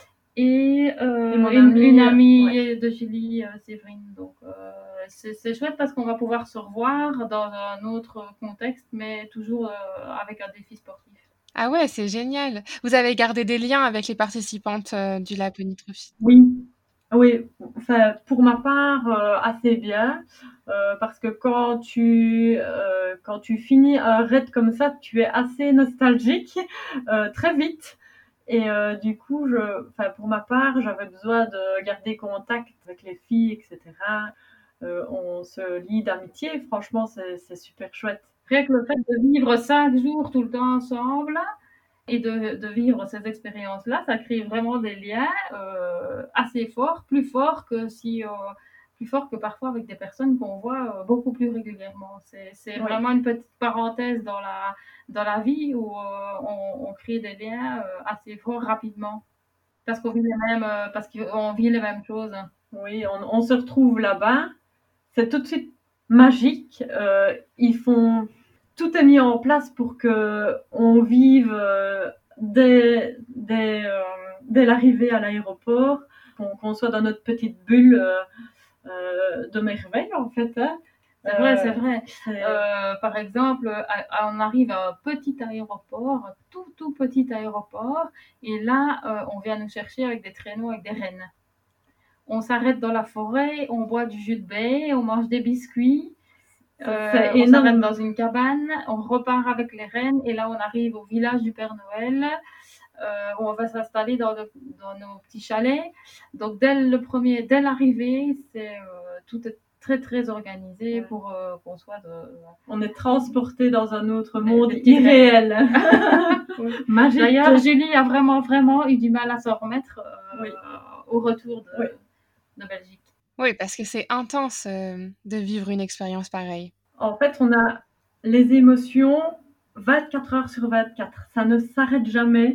Speaker 5: et, euh, et une, amie, une amie ouais. de Julie, euh, Séverine. Donc, euh, c'est, c'est chouette parce qu'on va pouvoir se revoir dans un autre contexte, mais toujours euh, avec un défi sportif.
Speaker 3: Ah ouais, c'est génial. Vous avez gardé des liens avec les participantes euh, du Laponie Trophy?
Speaker 4: Oui. Oui, enfin, pour ma part, euh, assez bien, euh, parce que quand tu, euh, quand tu finis un raid comme ça, tu es assez nostalgique euh, très vite. Et euh, du coup, je, enfin, pour ma part, j'avais besoin de garder contact avec les filles, et cetera. Euh, on se lie d'amitié, franchement, c'est, c'est super chouette.
Speaker 5: Rien que le fait de vivre cinq jours tout le temps ensemble, et de, de vivre ces expériences-là, ça crée vraiment des liens euh, assez forts, plus forts que si, euh, plus forts que parfois avec des personnes qu'on voit euh, beaucoup plus régulièrement. C'est, c'est oui. vraiment une petite parenthèse dans la, dans la vie où euh, on, on crée des liens euh, assez forts rapidement parce qu'on vit les mêmes, euh, parce qu'on vit les mêmes choses.
Speaker 4: Oui, on, on se retrouve là-bas, c'est tout de suite magique. Euh, ils font Tout est mis en place pour que on vive euh, dès, dès, euh, dès l'arrivée à l'aéroport, qu'on, qu'on soit dans notre petite bulle euh, euh, de merveille en fait. Hein.
Speaker 5: C'est vrai, c'est vrai. C'est... Euh, par exemple, à, à, on arrive à un petit aéroport, un tout tout petit aéroport, et là, euh, on vient nous chercher avec des traîneaux, avec des rennes. On s'arrête dans la forêt, on boit du jus de baie, on mange des biscuits. Euh, on s'arrête dans une cabane, on repart avec les rennes et là on arrive au village du Père Noël euh, où on va s'installer dans, le, dans nos petits chalets. Donc dès le premier, dès l'arrivée, c'est euh, tout est très très organisé ouais. pour euh, qu'on soit de.
Speaker 4: On est transporté dans un autre monde irréel.
Speaker 5: Oui. Magique. D'ailleurs, Julie a vraiment vraiment eu du mal à s'en remettre euh, oui. au retour de, oui. de Belgique.
Speaker 3: Oui, parce que c'est intense euh, de vivre une expérience pareille.
Speaker 4: En fait, on a les émotions vingt-quatre heures sur vingt-quatre. Ça ne s'arrête jamais.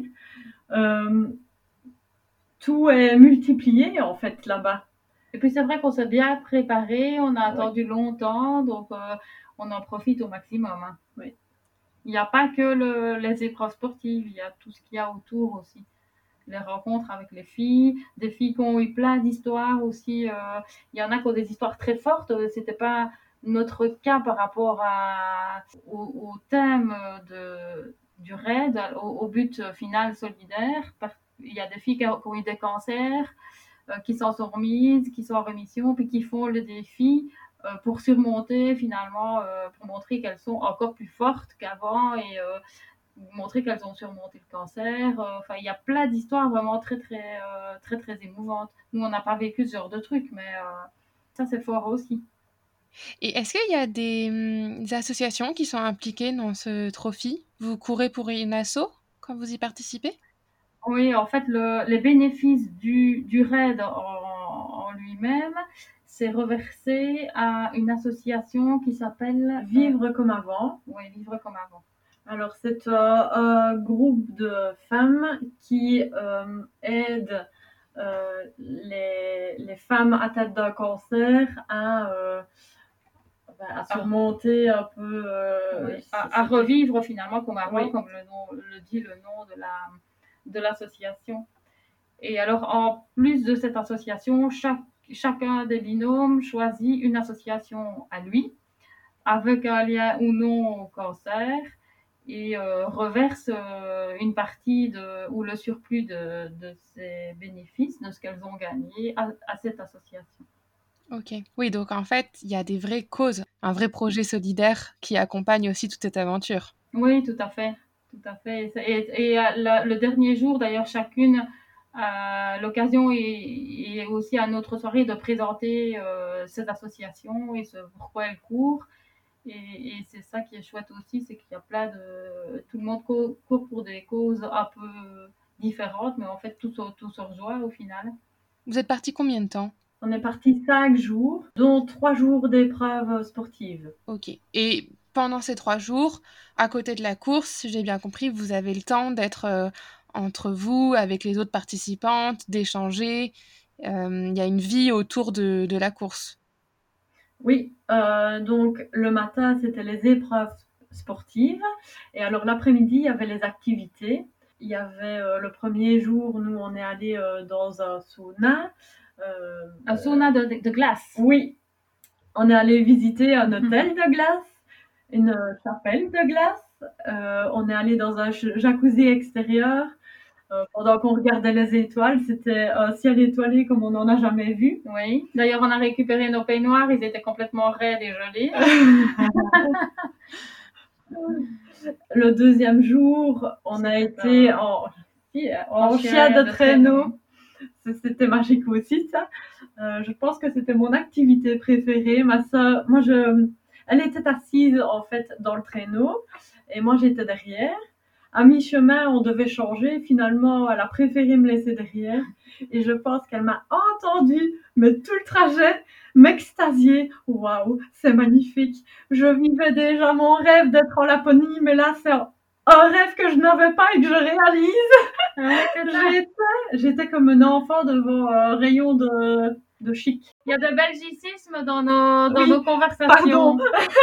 Speaker 4: Euh, tout est multiplié, en fait, là-bas.
Speaker 5: Et puis, c'est vrai qu'on s'est bien préparé. On a oui. attendu longtemps, donc euh, on en profite au maximum. Hein.
Speaker 4: Oui.
Speaker 5: Il n'y a pas que le, les épreuves sportives, il y a tout ce qu'il y a autour aussi. Les rencontres avec les filles, des filles qui ont eu plein d'histoires aussi. Euh, il y en a qui ont des histoires très fortes. C'était pas notre cas par rapport à, au, au thème de, du raid, au, au but final solidaire. Il y a des filles qui ont, qui ont eu des cancers, euh, qui s'en sont remises, qui sont en rémission, puis qui font le défi euh, pour surmonter finalement, euh, pour montrer qu'elles sont encore plus fortes qu'avant et euh, montrer qu'elles ont surmonté le cancer. Enfin, euh, il y a plein d'histoires vraiment très, très, euh, très, très émouvantes. Nous, on n'a pas vécu ce genre de truc, mais euh, ça, c'est fort aussi.
Speaker 3: Et est-ce qu'il y a des, hum, des associations qui sont impliquées dans ce trophy? Vous courez pour une asso quand vous y participez?
Speaker 5: Oui, en fait, le, les bénéfices du, du raid en, en lui-même, c'est reversé à une association qui s'appelle
Speaker 4: Vivre comme avant.
Speaker 5: Oui, Vivre comme avant.
Speaker 4: Alors, c'est euh, un groupe de femmes qui euh, aide euh, les, les femmes atteintes d'un cancer à, euh, à surmonter un peu... Euh,
Speaker 5: oui, à, à revivre finalement comme avant, oui. Comme le, nom, le dit le nom de, la, de l'association. Et alors, en plus de cette association, chaque, chacun des binômes choisit une association à lui, avec un lien ou non au cancer, et euh, reverse euh, une partie de, ou le surplus de, de ces bénéfices, de ce qu'elles ont gagné à, à cette association.
Speaker 3: Ok. Oui, donc en fait, il y a des vraies causes, un vrai projet solidaire qui accompagne aussi toute cette aventure.
Speaker 5: Oui, tout à fait. Tout à fait. Et, et la, le dernier jour, d'ailleurs, chacune a l'occasion et, et aussi à notre soirée de présenter euh, cette association et ce pourquoi elle court. Et, et c'est ça qui est chouette aussi, c'est qu'il y a plein de... Tout le monde court pour des causes un peu différentes, mais en fait, tout, tout se rejoint au final.
Speaker 3: Vous êtes partis combien de temps ?
Speaker 4: On est parti cinq jours, dont trois jours d'épreuves sportives.
Speaker 3: Ok. Et pendant ces trois jours, à côté de la course, j'ai bien compris, vous avez le temps d'être euh, entre vous, avec les autres participantes, d'échanger. Il euh, y a une vie autour de, de la course.
Speaker 4: Oui, euh, donc le matin, c'était les épreuves sportives. Et alors l'après-midi, il y avait les activités. Il y avait euh, le premier jour, nous, on est allé euh, dans un sauna.
Speaker 5: Euh, un sauna de, de glace.
Speaker 4: Oui, on est allé visiter un hôtel mmh. de glace, une chapelle de glace. Euh, on est allé dans un jacuzzi extérieur. Euh, pendant qu'on regardait les étoiles, c'était un ciel étoilé comme on n'en a jamais vu.
Speaker 5: Oui. D'ailleurs, on a récupéré nos peignoirs, ils étaient complètement raides et gelés.
Speaker 4: Le deuxième jour, on C'est a été un... en, en, en chien de, de traîneau. traîneau. C'était magique aussi, ça. Euh, je pense que c'était mon activité préférée. Ma soeur, moi, je, elle était assise en fait dans le traîneau et moi j'étais derrière. À mi-chemin, on devait changer. Finalement, elle a préféré me laisser derrière. Et je pense qu'elle m'a entendu, mais tout le trajet, m'extasier. Waouh, c'est magnifique. Je vivais déjà mon rêve d'être en Laponie, mais là, c'est un rêve que je n'avais pas et que je réalise. Ouais, j'étais, j'étais comme un enfant devant un rayon de, de chic.
Speaker 5: Il y a de belgicisme dans nos, dans
Speaker 4: oui,
Speaker 5: nos conversations.
Speaker 4: Pardon.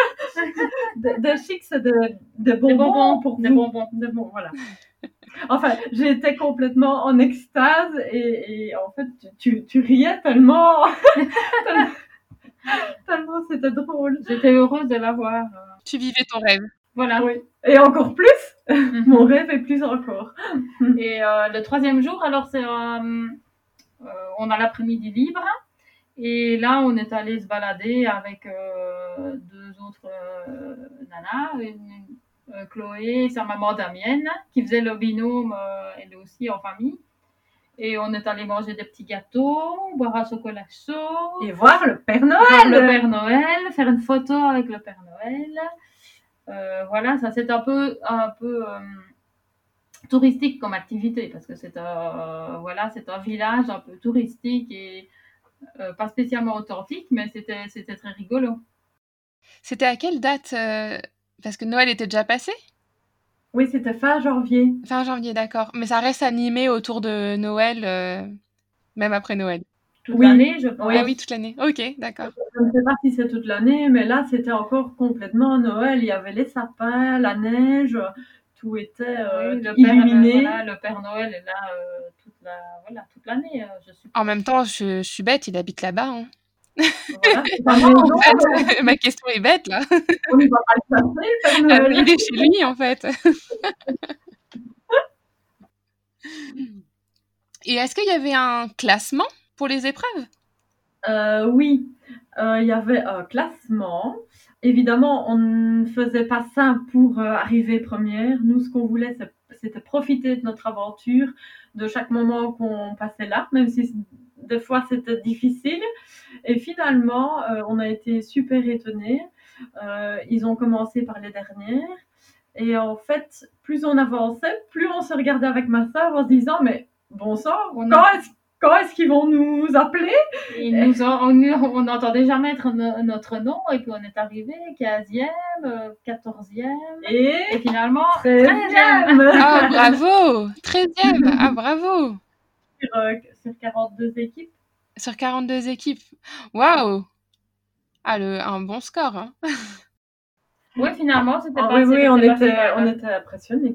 Speaker 4: de, de chic, c'est de, de bonbons,
Speaker 5: bonbons
Speaker 4: pour
Speaker 5: des
Speaker 4: vous.
Speaker 5: bonbons.
Speaker 4: De bon, voilà. Enfin, j'étais complètement en extase et, et en fait, tu, tu riais tellement, tellement, tellement c'était drôle.
Speaker 5: J'étais heureuse de la voir.
Speaker 3: Tu vivais ton rêve.
Speaker 5: Voilà.
Speaker 4: Oui. Et encore plus, mm-hmm. Mon rêve est plus encore.
Speaker 5: Et euh, le troisième jour, alors c'est, euh, euh, on a l'après-midi libre. Et là, on est allé se balader avec euh, deux autres euh, nanas, une, une, euh, Chloé et sa maman Damienne, qui faisait le binôme, euh, elle aussi en famille. Et on est allé manger des petits gâteaux, boire un chocolat chaud.
Speaker 4: Et voir le Père Noël.
Speaker 5: Voir le Père Noël, faire une photo avec le Père Noël. Euh, voilà, ça c'est un peu, un peu euh, touristique comme activité, parce que c'est un, voilà, c'est un village un peu touristique et Euh, pas spécialement authentique, mais c'était, c'était très rigolo.
Speaker 3: C'était à quelle date euh, parce que Noël était déjà passé ?
Speaker 4: Oui, c'était fin janvier.
Speaker 3: Fin janvier, d'accord. Mais ça reste animé autour de Noël, euh, même après Noël.
Speaker 5: Toute oui. l'année, je pense.
Speaker 3: Oui, oui, toute l'année. Ok, d'accord.
Speaker 4: Je ne sais pas si c'est toute l'année, mais là, c'était encore complètement Noël. Il y avait les sapins, la neige, tout était euh,
Speaker 5: oui, le
Speaker 4: illuminé.
Speaker 5: Père, voilà, le Père Noël est là euh, toute, la, voilà, toute l'année. Euh, je suis...
Speaker 3: En même temps, je, je suis bête, il habite là-bas. Hein.
Speaker 4: Voilà,
Speaker 3: en fait, ma question est bête, là.
Speaker 4: On ne va pas le passer, le Père Noël.
Speaker 3: Il est chez lui, en fait. Et est-ce qu'il y avait un classement pour les épreuves ?
Speaker 4: euh, Oui, euh, il y avait un classement. Évidemment, on ne faisait pas ça pour euh, arriver première. Nous, ce qu'on voulait, c'était profiter de notre aventure, de chaque moment qu'on passait là, même si des fois c'était difficile. Et finalement, euh, on a été super étonnés. Euh, ils ont commencé par les dernières. Et en fait, plus on avançait, plus on se regardait avec ma sœur en se disant, mais bon sang, quand est-ce, quand est-ce qu'ils vont nous appeler?
Speaker 5: Ils nous ont, on on n'entendait jamais être no- notre nom, et puis on est arrivé quinzième, euh, quatorzième,
Speaker 4: Et
Speaker 5: et finalement
Speaker 4: treizième
Speaker 5: treizième
Speaker 3: Ah, bravo! treizième! Ah, bravo!
Speaker 4: sur, euh, sur quarante-deux équipes.
Speaker 3: Sur quarante-deux équipes. Waouh! Ah, le, un bon score, hein.
Speaker 5: Oui, finalement, c'était
Speaker 4: Ah
Speaker 5: pas
Speaker 4: oui, oui,
Speaker 5: c'était
Speaker 4: on
Speaker 5: pas si
Speaker 4: était,
Speaker 5: mal.
Speaker 4: on était impressionnés.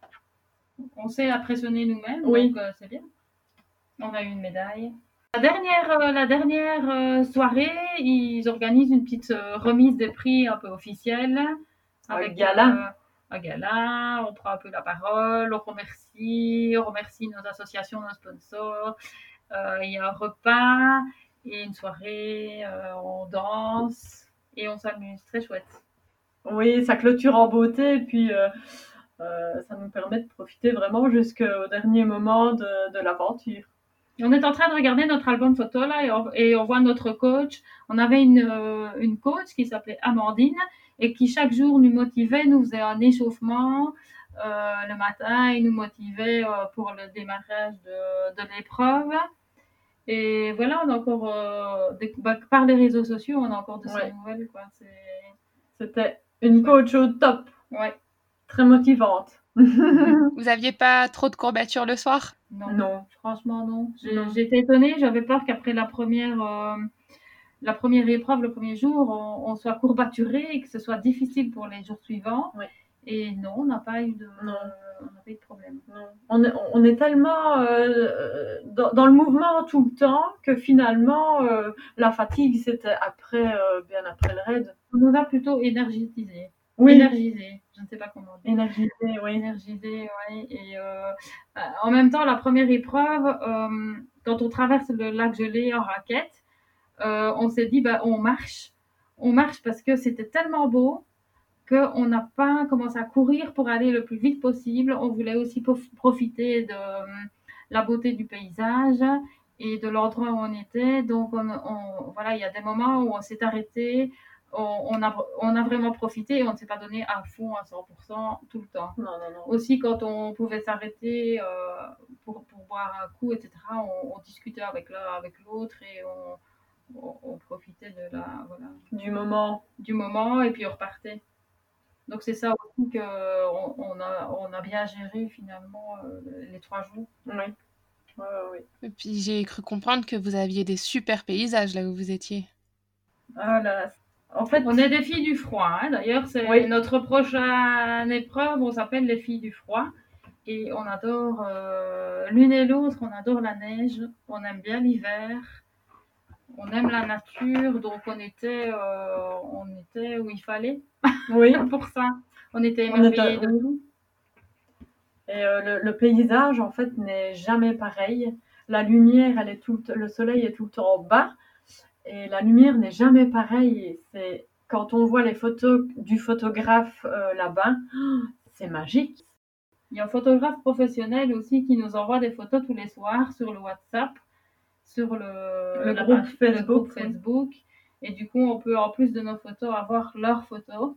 Speaker 5: On s'est impressionné nous-mêmes,
Speaker 4: Oui.
Speaker 5: donc euh, c'est bien. On a eu une médaille. La dernière, euh, la dernière euh, soirée, ils organisent une petite euh, remise des prix un peu officielle.
Speaker 4: Un gala.
Speaker 5: euh, un gala, on prend un peu la parole, on remercie, on remercie nos associations, nos sponsors. Euh, Il y a un repas et une soirée, euh, on danse et on s'amuse. Très chouette.
Speaker 4: Oui, ça clôture en beauté, et puis euh, euh, ça nous permet de profiter vraiment jusqu'au dernier moment de, de l'aventure.
Speaker 5: On est en train de regarder notre album photo là et on, et on voit notre coach. On avait une, euh, une coach qui s'appelait Amandine et qui chaque jour nous motivait, nous faisait un échauffement euh, le matin et nous motivait euh, pour le démarrage de, de l'épreuve. Et voilà, on a encore, euh, des, bah, par les réseaux sociaux, on a encore de ces
Speaker 4: Ouais.
Speaker 5: nouvelles. Quoi. C'est...
Speaker 4: C'était une coach au top,
Speaker 5: Ouais.
Speaker 4: très motivante.
Speaker 3: Vous aviez pas trop de courbatures le soir?
Speaker 5: Non.
Speaker 4: Non.
Speaker 5: Franchement, non. J'ai-
Speaker 4: Non.
Speaker 5: J'étais étonnée, j'avais peur qu'après la première, euh, la première épreuve, le premier jour, on, on soit courbaturé et que ce soit difficile pour les jours suivants.
Speaker 4: Ouais.
Speaker 5: Et non, on n'a pas eu de,
Speaker 4: Non.
Speaker 5: euh, on n'a pas eu de problème.
Speaker 4: Non. On, est, on est tellement euh, dans, dans le mouvement tout le temps que finalement, euh, la fatigue, c'était après, euh, bien après le raid.
Speaker 5: On nous a plutôt énergisé.
Speaker 4: Oui,
Speaker 5: Énergisé, je ne sais pas comment dire.
Speaker 4: énergisé, oui.
Speaker 5: Énergisé, oui. Et euh, euh, en même temps, la première épreuve, euh, quand on traverse le lac gelé en raquette, euh, on s'est dit, bah, on marche. On marche parce que c'était tellement beau qu'on n'a pas commencé à courir pour aller le plus vite possible. On voulait aussi prof- profiter de euh, la beauté du paysage et de l'endroit où on était. Donc, on, on- voilà, il y a des moments où on s'est arrêté, on, on a, on a vraiment profité et on ne s'est pas donné à fond, à cent pour cent tout le temps.
Speaker 4: Non, non, non.
Speaker 5: Aussi, quand on pouvait s'arrêter euh, pour, pour boire un coup, et cetera, on, on discutait avec l'un, avec l'autre et on, on, on profitait de la, voilà,
Speaker 4: Du moment.
Speaker 5: du moment et puis on repartait. Donc c'est ça aussi qu'on on a, on a bien géré finalement euh, les trois jours.
Speaker 4: Oui. Ouais, ouais, ouais.
Speaker 3: Et puis j'ai cru comprendre que vous aviez des super paysages là où vous étiez.
Speaker 4: Ah là, en fait,
Speaker 5: On est des filles du froid, hein. D'ailleurs c'est
Speaker 4: Oui.
Speaker 5: notre prochaine épreuve, on s'appelle les filles du froid. Et on adore euh, l'une et l'autre, on adore la neige, on aime bien l'hiver, on aime la nature, donc on était, euh, on était où il fallait
Speaker 4: oui.
Speaker 5: pour ça. On était
Speaker 4: On
Speaker 5: émerveillés
Speaker 4: était-
Speaker 5: de tout.
Speaker 4: Et euh, le, le paysage, en fait, n'est jamais pareil. La lumière, elle est tout le, t- le soleil est tout le temps en bas, et la lumière n'est jamais pareille. C'est quand on voit les photos du photographe euh, là-bas, c'est magique.
Speaker 5: Il y a un photographe professionnel aussi qui nous envoie des photos tous les soirs sur le WhatsApp, sur le,
Speaker 4: Le
Speaker 5: la
Speaker 4: groupe
Speaker 5: page- le
Speaker 4: Facebook,
Speaker 5: groupe
Speaker 4: oui.
Speaker 5: Facebook. Et du coup, on peut, en plus de nos photos, avoir leurs photos.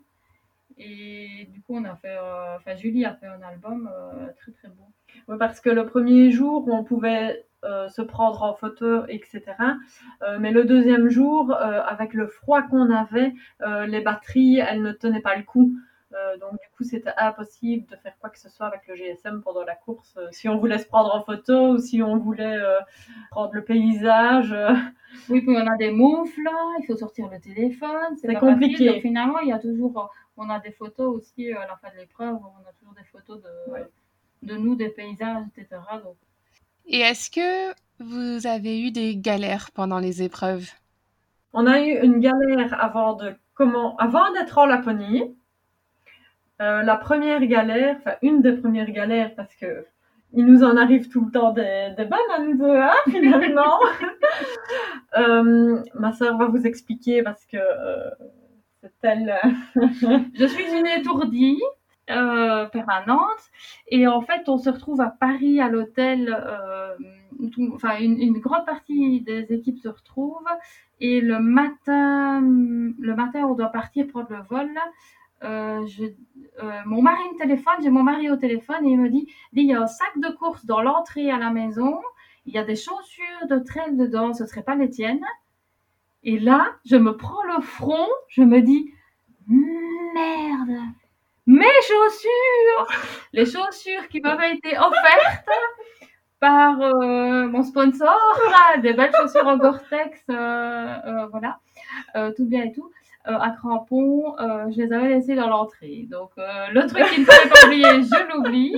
Speaker 5: Et du coup, on a fait, euh, enfin, Julie a fait un album euh, très très beau.
Speaker 4: Oui, parce que le premier jour, on pouvait euh, se prendre en photo, et cetera. Euh, mais le deuxième jour, euh, avec le froid qu'on avait, euh, les batteries, elles ne tenaient pas le coup. Euh, donc du coup, c'était impossible de faire quoi que ce soit avec le G S M pendant la course. Euh, si on voulait se prendre en photo ou si on voulait euh, prendre le paysage. euh,
Speaker 5: Oui, puis on a des moufles, il faut sortir le téléphone, c'est
Speaker 4: C'est
Speaker 5: pas
Speaker 4: compliqué.
Speaker 5: facile. Donc finalement, il y a toujours, on a des photos aussi euh, à la fin de l'épreuve, on a toujours des photos de,
Speaker 4: Ouais.
Speaker 5: de nous, des paysages, et cetera. Donc,
Speaker 3: Et est-ce que vous avez eu des galères pendant les épreuves?
Speaker 4: On a eu une galère avant de comment, avant d'être en Laponie. Euh, la première galère, enfin une des premières galères, parce que il nous en arrive tout le temps des, des bananes, hein, finalement. euh, ma sœur va vous expliquer parce que euh, c'est elle.
Speaker 5: je suis une étourdie euh, permanente et en fait, on se retrouve à Paris à l'hôtel. Euh, tout- enfin, une, une grande partie des équipes se retrouvent et le matin, le matin, on doit partir prendre le vol. Euh, je, euh, mon mari me téléphone, j'ai mon mari au téléphone et il me dit, dit, il y a un sac de courses dans l'entrée à la maison il y a des chaussures de trail dedans, ce ne seraient pas les tiennes. Et là, je me prends le front, je me dis, merde, mes chaussures, les chaussures qui m'avaient été offertes par euh, mon sponsor, là, des belles chaussures en Gore-Tex, euh, euh, voilà, euh, tout bien et tout, euh, à crampons, euh, je les avais laissées dans l'entrée. Donc, euh, le truc qu'il ne fallait pas oublier, je l'oublie.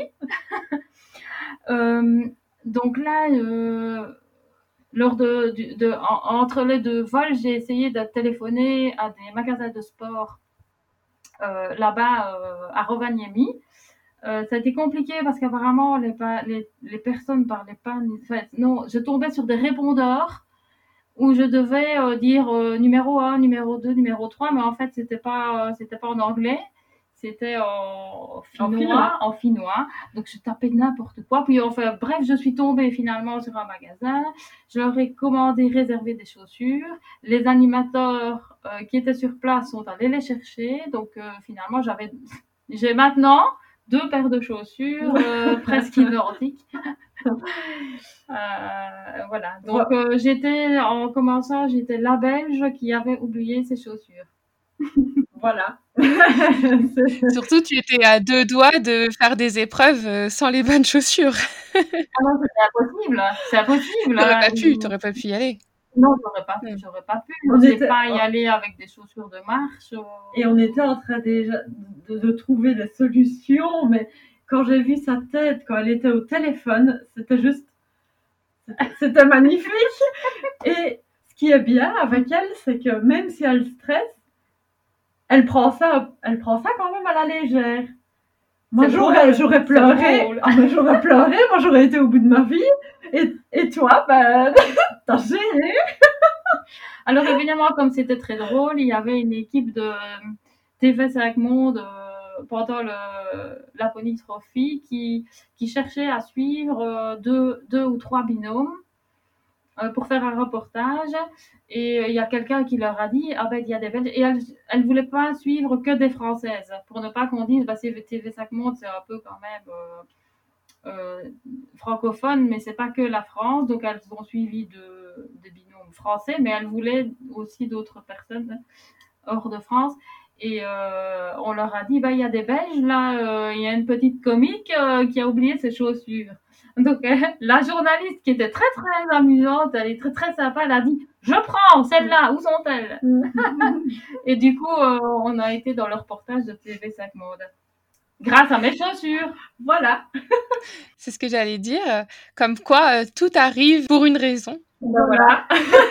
Speaker 5: euh, donc là, euh, lors de, de, de en, entre les deux vols, j'ai essayé de téléphoner à des magasins de sport euh, là-bas euh, à Rovaniemi. Euh, ça a été compliqué parce qu'apparemment les, les, les personnes ne parlaient pas. Enfin, non, je tombais sur des répondeurs où je devais euh, dire euh, numéro un, numéro deux, numéro trois, mais en fait c'était pas, euh, c'était pas en anglais, c'était en, en finnois, en finnois, en finnois. Donc je tapais n'importe quoi. Puis enfin bref, je suis tombée finalement sur un magasin. Je leur ai commandé, réservé des chaussures. Les animateurs euh, qui étaient sur place sont allés les chercher. Donc euh, finalement j'avais, j'ai maintenant deux paires de chaussures euh, presque identiques. euh, voilà. Donc euh, j'étais, en commençant, j'étais la Belge qui avait oublié ses chaussures.
Speaker 4: Voilà.
Speaker 3: Surtout, tu étais à deux doigts de faire des épreuves sans les bonnes chaussures.
Speaker 5: Ah non, c'est impossible. C'est impossible.
Speaker 3: T'aurais
Speaker 5: hein.
Speaker 3: pas pu, t'aurais pas pu y aller.
Speaker 5: Non, j'aurais pas,
Speaker 3: Mm.
Speaker 5: j'aurais pas pu.
Speaker 4: On
Speaker 5: Je sais
Speaker 4: était-
Speaker 5: pas y aller avec des chaussures de marche. ou-
Speaker 4: Et on était en train déjà de, de trouver des solutions, mais quand j'ai vu sa tête, quand elle était au téléphone, c'était juste, c'était, c'était magnifique. Et ce qui est bien avec elle, c'est que même si elle stresse, elle prend ça, elle prend ça quand même à la légère. Moi,
Speaker 5: C'est
Speaker 4: j'aurais,
Speaker 5: drôle,
Speaker 4: j'aurais
Speaker 5: c'est
Speaker 4: pleuré.
Speaker 5: drôle.
Speaker 4: Ah, mais j'aurais pleuré. Moi, j'aurais été au bout de ma vie. Et, et toi, ben, t'as géré.
Speaker 5: Alors évidemment, comme c'était très drôle, il y avait une équipe de T V cinq Monde euh, pendant le Laponie Trophy qui, qui cherchait à suivre euh, deux, deux ou trois binômes euh, pour faire un reportage. Et euh, il y a quelqu'un qui leur a dit, ah ben il y a des Belges. Et elle ne voulait pas suivre que des Françaises pour ne pas qu'on dise, bah, c'est T V cinq Monde, c'est un peu quand même euh, euh, francophone, mais c'est pas que la France. Donc elles ont suivi de, des binômes français, mais elles voulaient aussi d'autres personnes hors de France. Et euh, on leur a dit, bah il y a des Belges là, il euh, y a une petite comique euh, qui a oublié ses chaussures. Donc euh, la journaliste qui était très très amusante, elle est très très sympa, elle a dit, je prends celle-là, où sont-elles? Et du coup, euh, on a été dans le reportage de T V cinq Monde. Grâce à mes chaussures.
Speaker 4: Voilà.
Speaker 3: C'est ce que j'allais dire. Comme quoi, euh, tout arrive pour une raison.
Speaker 4: Voilà.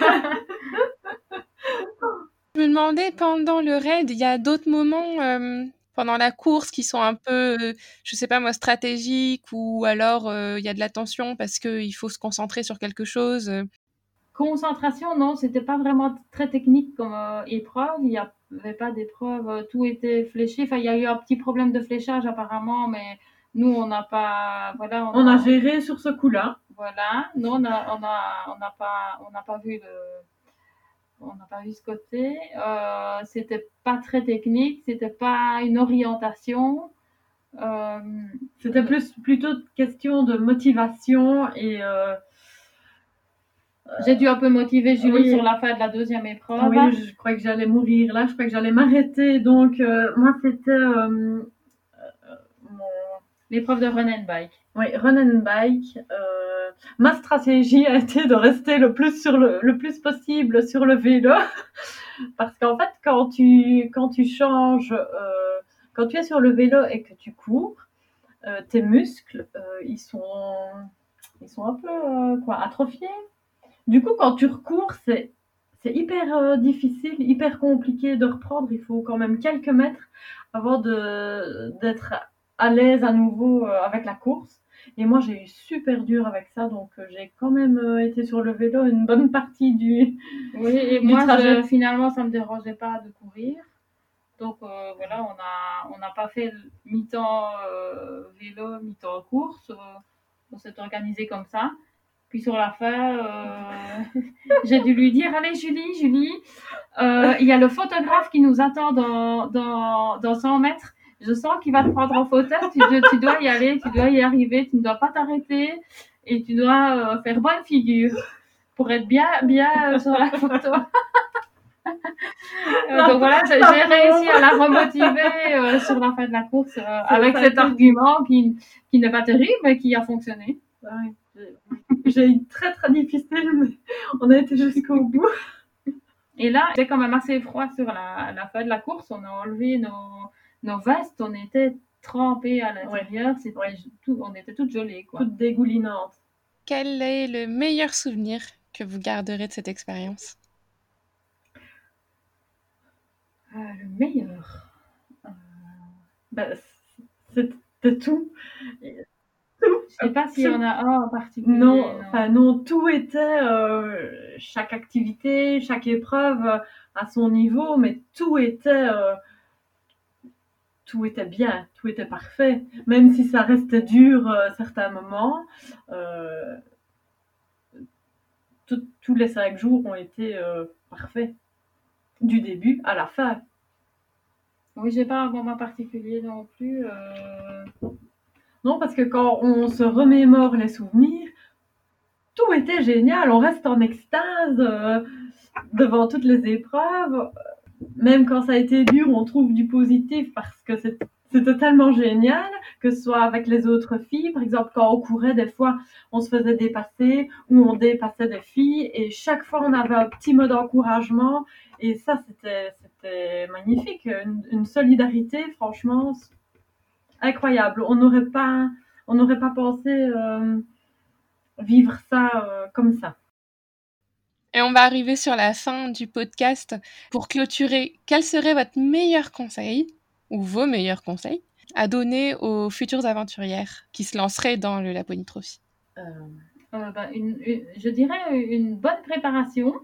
Speaker 3: Je me demandais, pendant le raid, il y a d'autres moments euh, pendant la course qui sont un peu, euh, je sais pas moi, stratégiques, ou alors euh, il y a de la tension parce qu'il faut se concentrer sur quelque chose.
Speaker 5: Concentration, non, c'était pas vraiment très technique comme euh, épreuve. Il n'y avait pas d'épreuve, euh, tout était fléché. Enfin, il y a eu un petit problème de fléchage apparemment, mais nous, on n'a pas, voilà,
Speaker 4: On a géré sur ce coup-là.
Speaker 5: Voilà, nous, on a, on a, on n'a pas, on n'a pas vu le, on n'a pas vu ce côté. Euh, c'était pas très technique, c'était pas une orientation. Euh,
Speaker 4: C'était plus plutôt question de motivation et euh,
Speaker 5: J'ai dû un peu motiver Julie
Speaker 4: oui.
Speaker 5: sur la fin de la deuxième épreuve.
Speaker 4: Oui, je croyais que j'allais mourir là, je croyais que j'allais m'arrêter. Donc, euh, moi, c'était euh, euh, mon...
Speaker 5: l'épreuve de run and bike.
Speaker 4: Oui, run and bike. Euh, ma stratégie a été de rester le plus, sur le, le plus possible sur le vélo. Parce qu'en fait, quand tu, quand tu changes, euh, quand tu es sur le vélo et que tu cours, euh, tes muscles, euh, ils, sont, ils sont un peu euh, quoi, atrophiés. Du coup, quand tu recours, c'est, c'est hyper euh, difficile, hyper compliqué de reprendre. Il faut quand même quelques mètres avant de, d'être à l'aise à nouveau euh, avec la course. Et moi, j'ai eu super dur avec ça, donc euh, j'ai quand même euh, été sur le vélo une bonne partie du
Speaker 5: Oui, et
Speaker 4: du
Speaker 5: moi,
Speaker 4: trajet.
Speaker 5: je, finalement, ça me dérangeait pas de courir. Donc euh, voilà, on a on n'a pas fait mi-temps euh, vélo, mi-temps course. Euh, on s'est organisé comme ça. Puis sur la fin, euh, j'ai dû lui dire, allez Julie, Julie, euh, il y a le photographe qui nous attend dans, dans, dans cent mètres. Je sens qu'il va te prendre en photo, tu, tu dois y aller, tu dois y arriver, tu ne dois pas t'arrêter. et tu dois euh, faire bonne figure pour être bien, bien euh, sur la photo. Euh, donc voilà, j'ai, j'ai réussi à la remotiver euh, sur la fin de la course euh, avec cet argument qui, qui n'est pas terrible, mais qui a fonctionné.
Speaker 4: Ouais, j'ai, j'ai eu très très difficile, mais on a été jusqu'au bout.
Speaker 5: Et là, il était quand même assez froid sur la, la fin de la course. On a enlevé nos, nos vestes, on était trempés à l'intérieur. C'était
Speaker 4: Ouais.
Speaker 5: tout, on était toutes gelées, quoi.
Speaker 4: Toutes dégoulinantes.
Speaker 3: Quel est le meilleur souvenir que vous garderez de cette expérience?
Speaker 5: Euh, le meilleur. Euh,
Speaker 4: Ben, c'était tout.
Speaker 5: Je sais pas s'il y en a un en particulier.
Speaker 4: Non,
Speaker 5: non.
Speaker 4: enfin non, tout était, euh, chaque activité, chaque épreuve euh, à son niveau, mais tout était, euh, tout était bien, tout était parfait. Même si ça restait dur euh, certains moments, euh, tout- tous les cinq jours ont été euh, parfaits, du début à la fin.
Speaker 5: Oui, j'ai pas un moment particulier non plus. Euh...
Speaker 4: Non, parce que quand on se remémore les souvenirs, tout était génial, on reste en extase euh, devant toutes les épreuves. Même quand ça a été dur, on trouve du positif parce que c'est, c'était tellement génial, que ce soit avec les autres filles. Par exemple, quand on courait, des fois, on se faisait dépasser ou on dépassait des filles et chaque fois, on avait un petit mot d'encouragement et ça, c'était, c'était magnifique. Une, une solidarité, franchement, incroyable. On n'aurait pas, on n'aurait pas pensé euh, vivre ça euh, comme ça.
Speaker 3: Et on va arriver sur la fin du podcast. Pour clôturer, quel serait votre meilleur conseil, ou vos meilleurs conseils, à donner aux futures aventurières qui se lanceraient dans le Laponie Trophy?
Speaker 5: Euh, euh, bah, une, une, je dirais une bonne préparation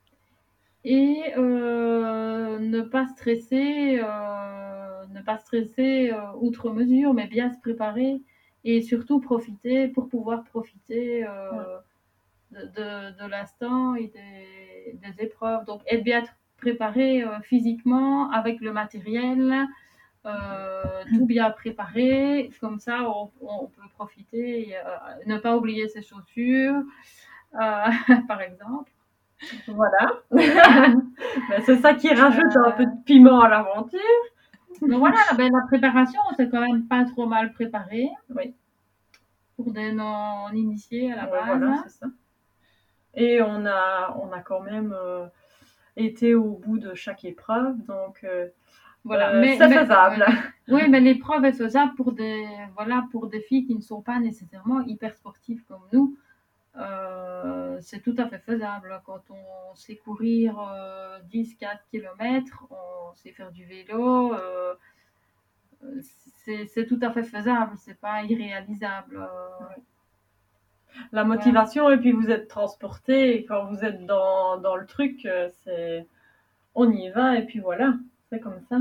Speaker 5: et euh, ne pas stresser, euh, ne pas stresser euh, outre mesure, mais bien se préparer et surtout profiter pour pouvoir profiter euh, ouais. de, de, de l'instant et des, des épreuves. Donc être bien préparé euh, physiquement avec le matériel. Euh, tout bien préparé, comme ça on, on peut profiter, et, euh, ne pas oublier ses chaussures, euh, par exemple.
Speaker 4: Voilà. Ben, c'est ça qui rajoute euh... un peu de piment à l'aventure.
Speaker 5: Donc voilà, ben, la préparation, c'est quand même pas trop mal préparé.
Speaker 4: Oui.
Speaker 5: Pour des non-initiés à la
Speaker 4: ouais,
Speaker 5: base.
Speaker 4: Voilà, c'est ça. Et on a, on a quand même euh, été au bout de chaque épreuve, donc euh, voilà, euh, mais, c'est mais, faisable.
Speaker 5: Mais, oui, mais l'épreuve est faisable pour des, voilà, pour des filles qui ne sont pas nécessairement hyper sportives comme nous. Euh, c'est tout à fait faisable. Quand on sait courir euh, dix à quinze kilomètres, on sait faire du vélo, euh, c'est, c'est tout à fait faisable, c'est pas irréalisable. Euh,
Speaker 4: La motivation, voilà. Et puis vous êtes transporté, et quand vous êtes dans, dans le truc, c'est on y va, et puis voilà, c'est comme ça.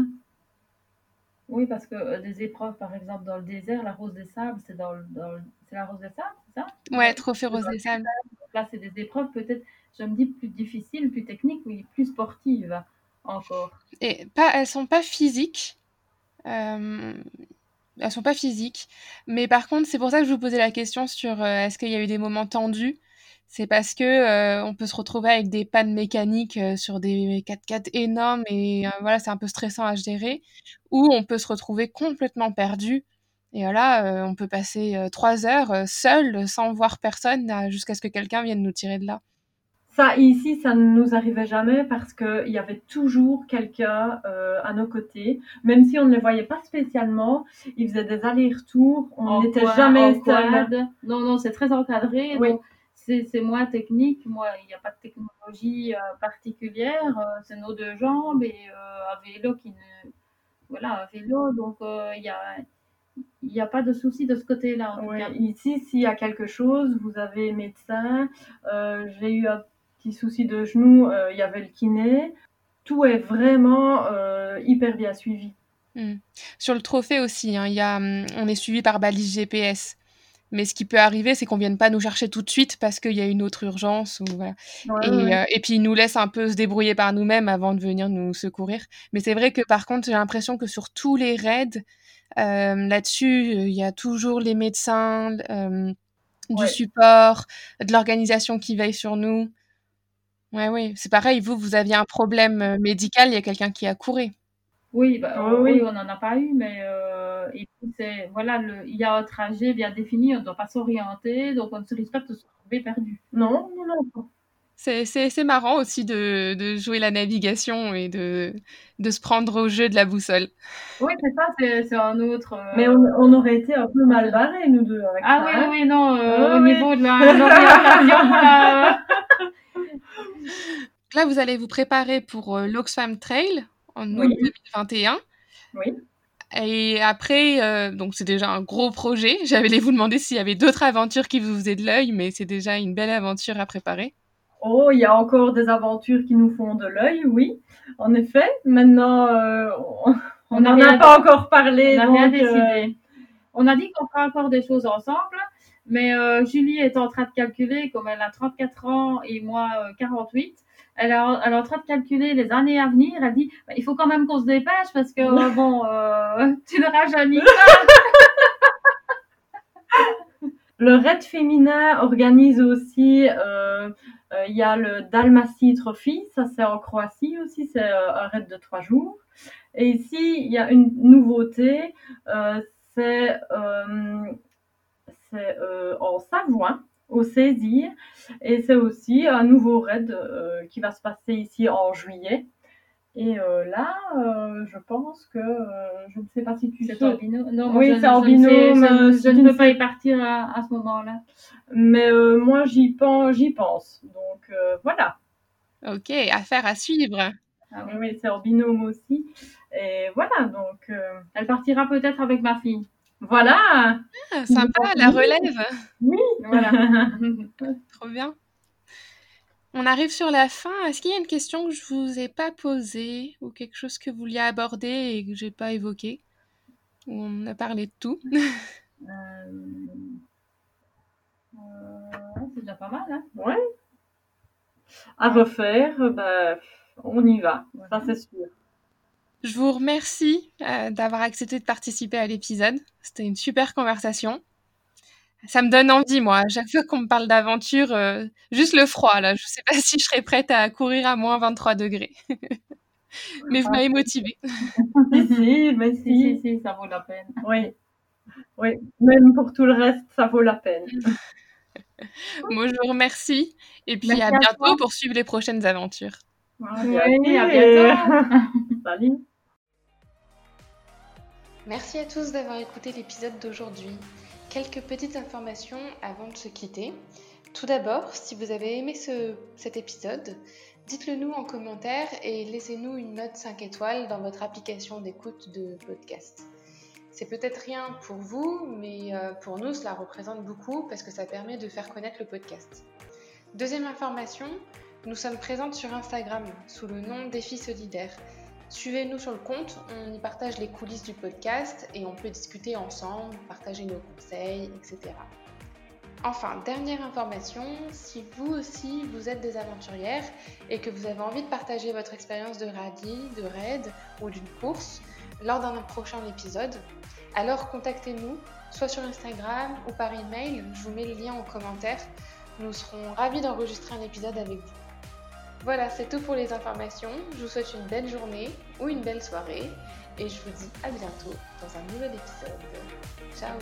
Speaker 5: Oui, parce que euh, des épreuves, par exemple, dans le désert, la Rose des Sables, c'est, dans le, dans le... c'est la Rose des Sables, c'est ça?
Speaker 3: Ouais, Trophée Rose des Sables.
Speaker 5: Là, c'est des épreuves peut-être, je me dis, plus difficiles, plus techniques, oui, plus sportives encore.
Speaker 3: Et pas, elles sont pas physiques. Euh, elles sont pas physiques. Mais par contre, c'est pour ça que je vous posais la question sur euh, est-ce qu'il y a eu des moments tendus. C'est parce que euh, on peut se retrouver avec des pannes mécaniques euh, sur des quatre-quatre énormes et euh, voilà, c'est un peu stressant à gérer. Ou on peut se retrouver complètement perdu. Et voilà, euh, on peut passer euh, trois heures euh, seul, sans voir personne, euh, jusqu'à ce que quelqu'un vienne nous tirer de là.
Speaker 4: Ça, ici, ça ne nous arrivait jamais parce qu'il y avait toujours quelqu'un euh, à nos côtés. Même si on ne les voyait pas spécialement, ils faisaient des allers-retours. On n'était jamais seul.
Speaker 5: Non, non, c'est très encadré. Oui. Donc c'est, c'est moins technique. Moi, il n'y a pas de technologie euh, particulière. Euh, c'est nos deux jambes et euh, un vélo qui ne... Voilà, un vélo. Donc, il euh, y a... Il n'y a pas de souci de ce côté-là. En
Speaker 4: ouais,
Speaker 5: tout cas.
Speaker 4: Ici, s'il y a quelque chose, vous avez médecin. Euh, j'ai eu un petit souci de genou, il euh, y avait le kiné. Tout est vraiment euh, hyper bien suivi.
Speaker 3: Mmh. Sur le trophée aussi, hein, y a, on est suivi par balise G P S. Mais ce qui peut arriver, c'est qu'on ne vienne pas nous chercher tout de suite parce qu'il y a une autre urgence. Ou voilà. Ouais, et, ouais. Euh, et puis, ils nous laissent un peu se débrouiller par nous-mêmes avant de venir nous secourir. Mais c'est vrai que, par contre, j'ai l'impression que sur tous les raids, euh, là-dessus, il y a toujours les médecins, euh, du
Speaker 4: Ouais.
Speaker 3: support, de l'organisation qui veille sur nous. Ouais, oui, c'est pareil, vous, vous aviez un problème euh, médical, il y a quelqu'un qui a couru.
Speaker 5: Oui, bah,
Speaker 4: Oui,
Speaker 5: on-
Speaker 4: oui.
Speaker 5: oui, on n'en a pas eu, mais euh, et puis c'est voilà, le, il y a un trajet bien défini, on ne doit pas s'orienter, donc on ne se risque pas de se retrouver perdu.
Speaker 4: Non, non, non.
Speaker 3: C'est, c'est, c'est marrant aussi de, de jouer la navigation et de, de se prendre au jeu de la boussole.
Speaker 5: Oui, c'est ça, c'est c'est un autre. euh,
Speaker 4: Mais on, on aurait été un peu mal barrés, nous deux, avec
Speaker 5: Ah
Speaker 4: ça.
Speaker 5: oui,
Speaker 4: hein.
Speaker 5: oui, oui, non, euh,
Speaker 4: Ah
Speaker 5: au
Speaker 4: oui.
Speaker 5: niveau de la- l'orientation, là,
Speaker 3: Là, vous allez vous préparer pour euh, l'Oxfam Trail en août
Speaker 4: Oui.
Speaker 3: deux mille vingt et un.
Speaker 4: Oui.
Speaker 3: Et après, euh, donc c'est déjà un gros projet. J'allais vous demander s'il y avait d'autres aventures qui vous faisaient de l'œil, mais c'est déjà une belle aventure à préparer.
Speaker 4: Oh, il y a encore des aventures qui nous font de l'œil, oui, en effet. Maintenant, euh, on
Speaker 5: On
Speaker 4: n'en
Speaker 5: n'a
Speaker 4: a
Speaker 5: rien-
Speaker 4: pas encore parlé.
Speaker 5: on n'a rien
Speaker 4: donc, euh,
Speaker 5: décidé. On a dit qu'on fera encore des choses ensemble, mais euh, Julie est en train de calculer, comme elle a trente-quatre ans et moi euh, quarante-huit, elle, a- elle est en train de calculer les années à venir. Elle dit, bah, il faut quand même qu'on se dépêche parce que euh, bon, euh, tu ne rajeunis pas.
Speaker 4: Le Raid féminin organise aussi, euh, euh, il y a le Dalmatie Trophy, ça c'est en Croatie aussi, c'est euh, un raid de trois jours. Et ici, il y a une nouveauté, euh, c'est euh, c'est euh, en Savoie, au Saisir, et c'est aussi un nouveau raid euh, qui va se passer ici en juillet. Et euh, là, euh, je pense que, euh, je ne sais pas si tu
Speaker 5: C'est
Speaker 4: sais,
Speaker 5: en binôme. Non, moi,
Speaker 4: Oui,
Speaker 5: je,
Speaker 4: c'est en
Speaker 5: je ne sais-
Speaker 4: binôme,
Speaker 5: je,
Speaker 4: euh,
Speaker 5: je
Speaker 4: si
Speaker 5: ne
Speaker 4: tu
Speaker 5: peux
Speaker 4: ne
Speaker 5: pas
Speaker 4: sais-
Speaker 5: y partir à, à ce moment-là.
Speaker 4: mais euh, moi j'y pense, j'y pense. Donc euh, voilà.
Speaker 3: Ok, affaire à suivre.
Speaker 5: Ah oui.
Speaker 4: Oui, oui, c'est en binôme aussi. Et voilà, donc euh,
Speaker 5: Elle partira peut-être avec ma fille.
Speaker 4: voilà.
Speaker 3: Ah, sympa, la relève.
Speaker 4: Oui,
Speaker 5: Voilà.
Speaker 3: Trop bien. On arrive sur la fin. Est-ce qu'il y a une question que je vous ai pas posée ou quelque chose que vous vouliez aborder et que j'ai pas évoqué? Ou on a parlé de tout?
Speaker 5: Euh, euh, c'est déjà pas mal, hein.
Speaker 4: Ouais. À refaire, euh, bah, on y va, ça c'est sûr.
Speaker 3: Je vous remercie euh, d'avoir accepté de participer à l'épisode. C'était une super conversation. Ça me donne envie, moi. À chaque fois qu'on me parle d'aventure, euh, juste le froid, là. Je sais pas si je serais prête à courir à moins vingt-trois degrés. Mais vous m'avez motivée.
Speaker 4: Si, si, mais
Speaker 5: Si, si,
Speaker 4: si.
Speaker 5: si, ça vaut la peine.
Speaker 4: Oui. Oui, même pour tout le reste, ça vaut la peine.
Speaker 3: Moi, je vous remercie. Et puis,
Speaker 5: Merci
Speaker 3: à
Speaker 5: à
Speaker 3: bientôt
Speaker 5: toi.
Speaker 3: pour suivre les prochaines aventures.
Speaker 5: Oui, à bientôt.
Speaker 4: Salut.
Speaker 6: Merci à tous d'avoir écouté l'épisode d'aujourd'hui. Quelques petites informations avant de se quitter. Tout d'abord, si vous avez aimé ce, cet épisode, dites-le nous en commentaire et laissez-nous une note cinq étoiles dans votre application d'écoute de podcast. C'est peut-être rien pour vous, mais pour nous, cela représente beaucoup parce que ça permet de faire connaître le podcast. Deuxième information, nous sommes présentes sur Instagram sous le nom Défi Solidaire. Suivez-nous sur le compte, on y partage les coulisses du podcast et on peut discuter ensemble, partager nos conseils, et cetera. Enfin, dernière information, si vous aussi vous êtes des aventurières et que vous avez envie de partager votre expérience de rallye, de raid ou d'une course lors d'un prochain épisode, alors contactez-nous, soit sur Instagram ou par email, je vous mets le lien en commentaire. Nous serons ravis d'enregistrer un épisode avec vous. Voilà, c'est tout pour les informations. Je vous souhaite une belle journée ou une belle soirée et je vous dis à bientôt dans un nouvel épisode. Ciao!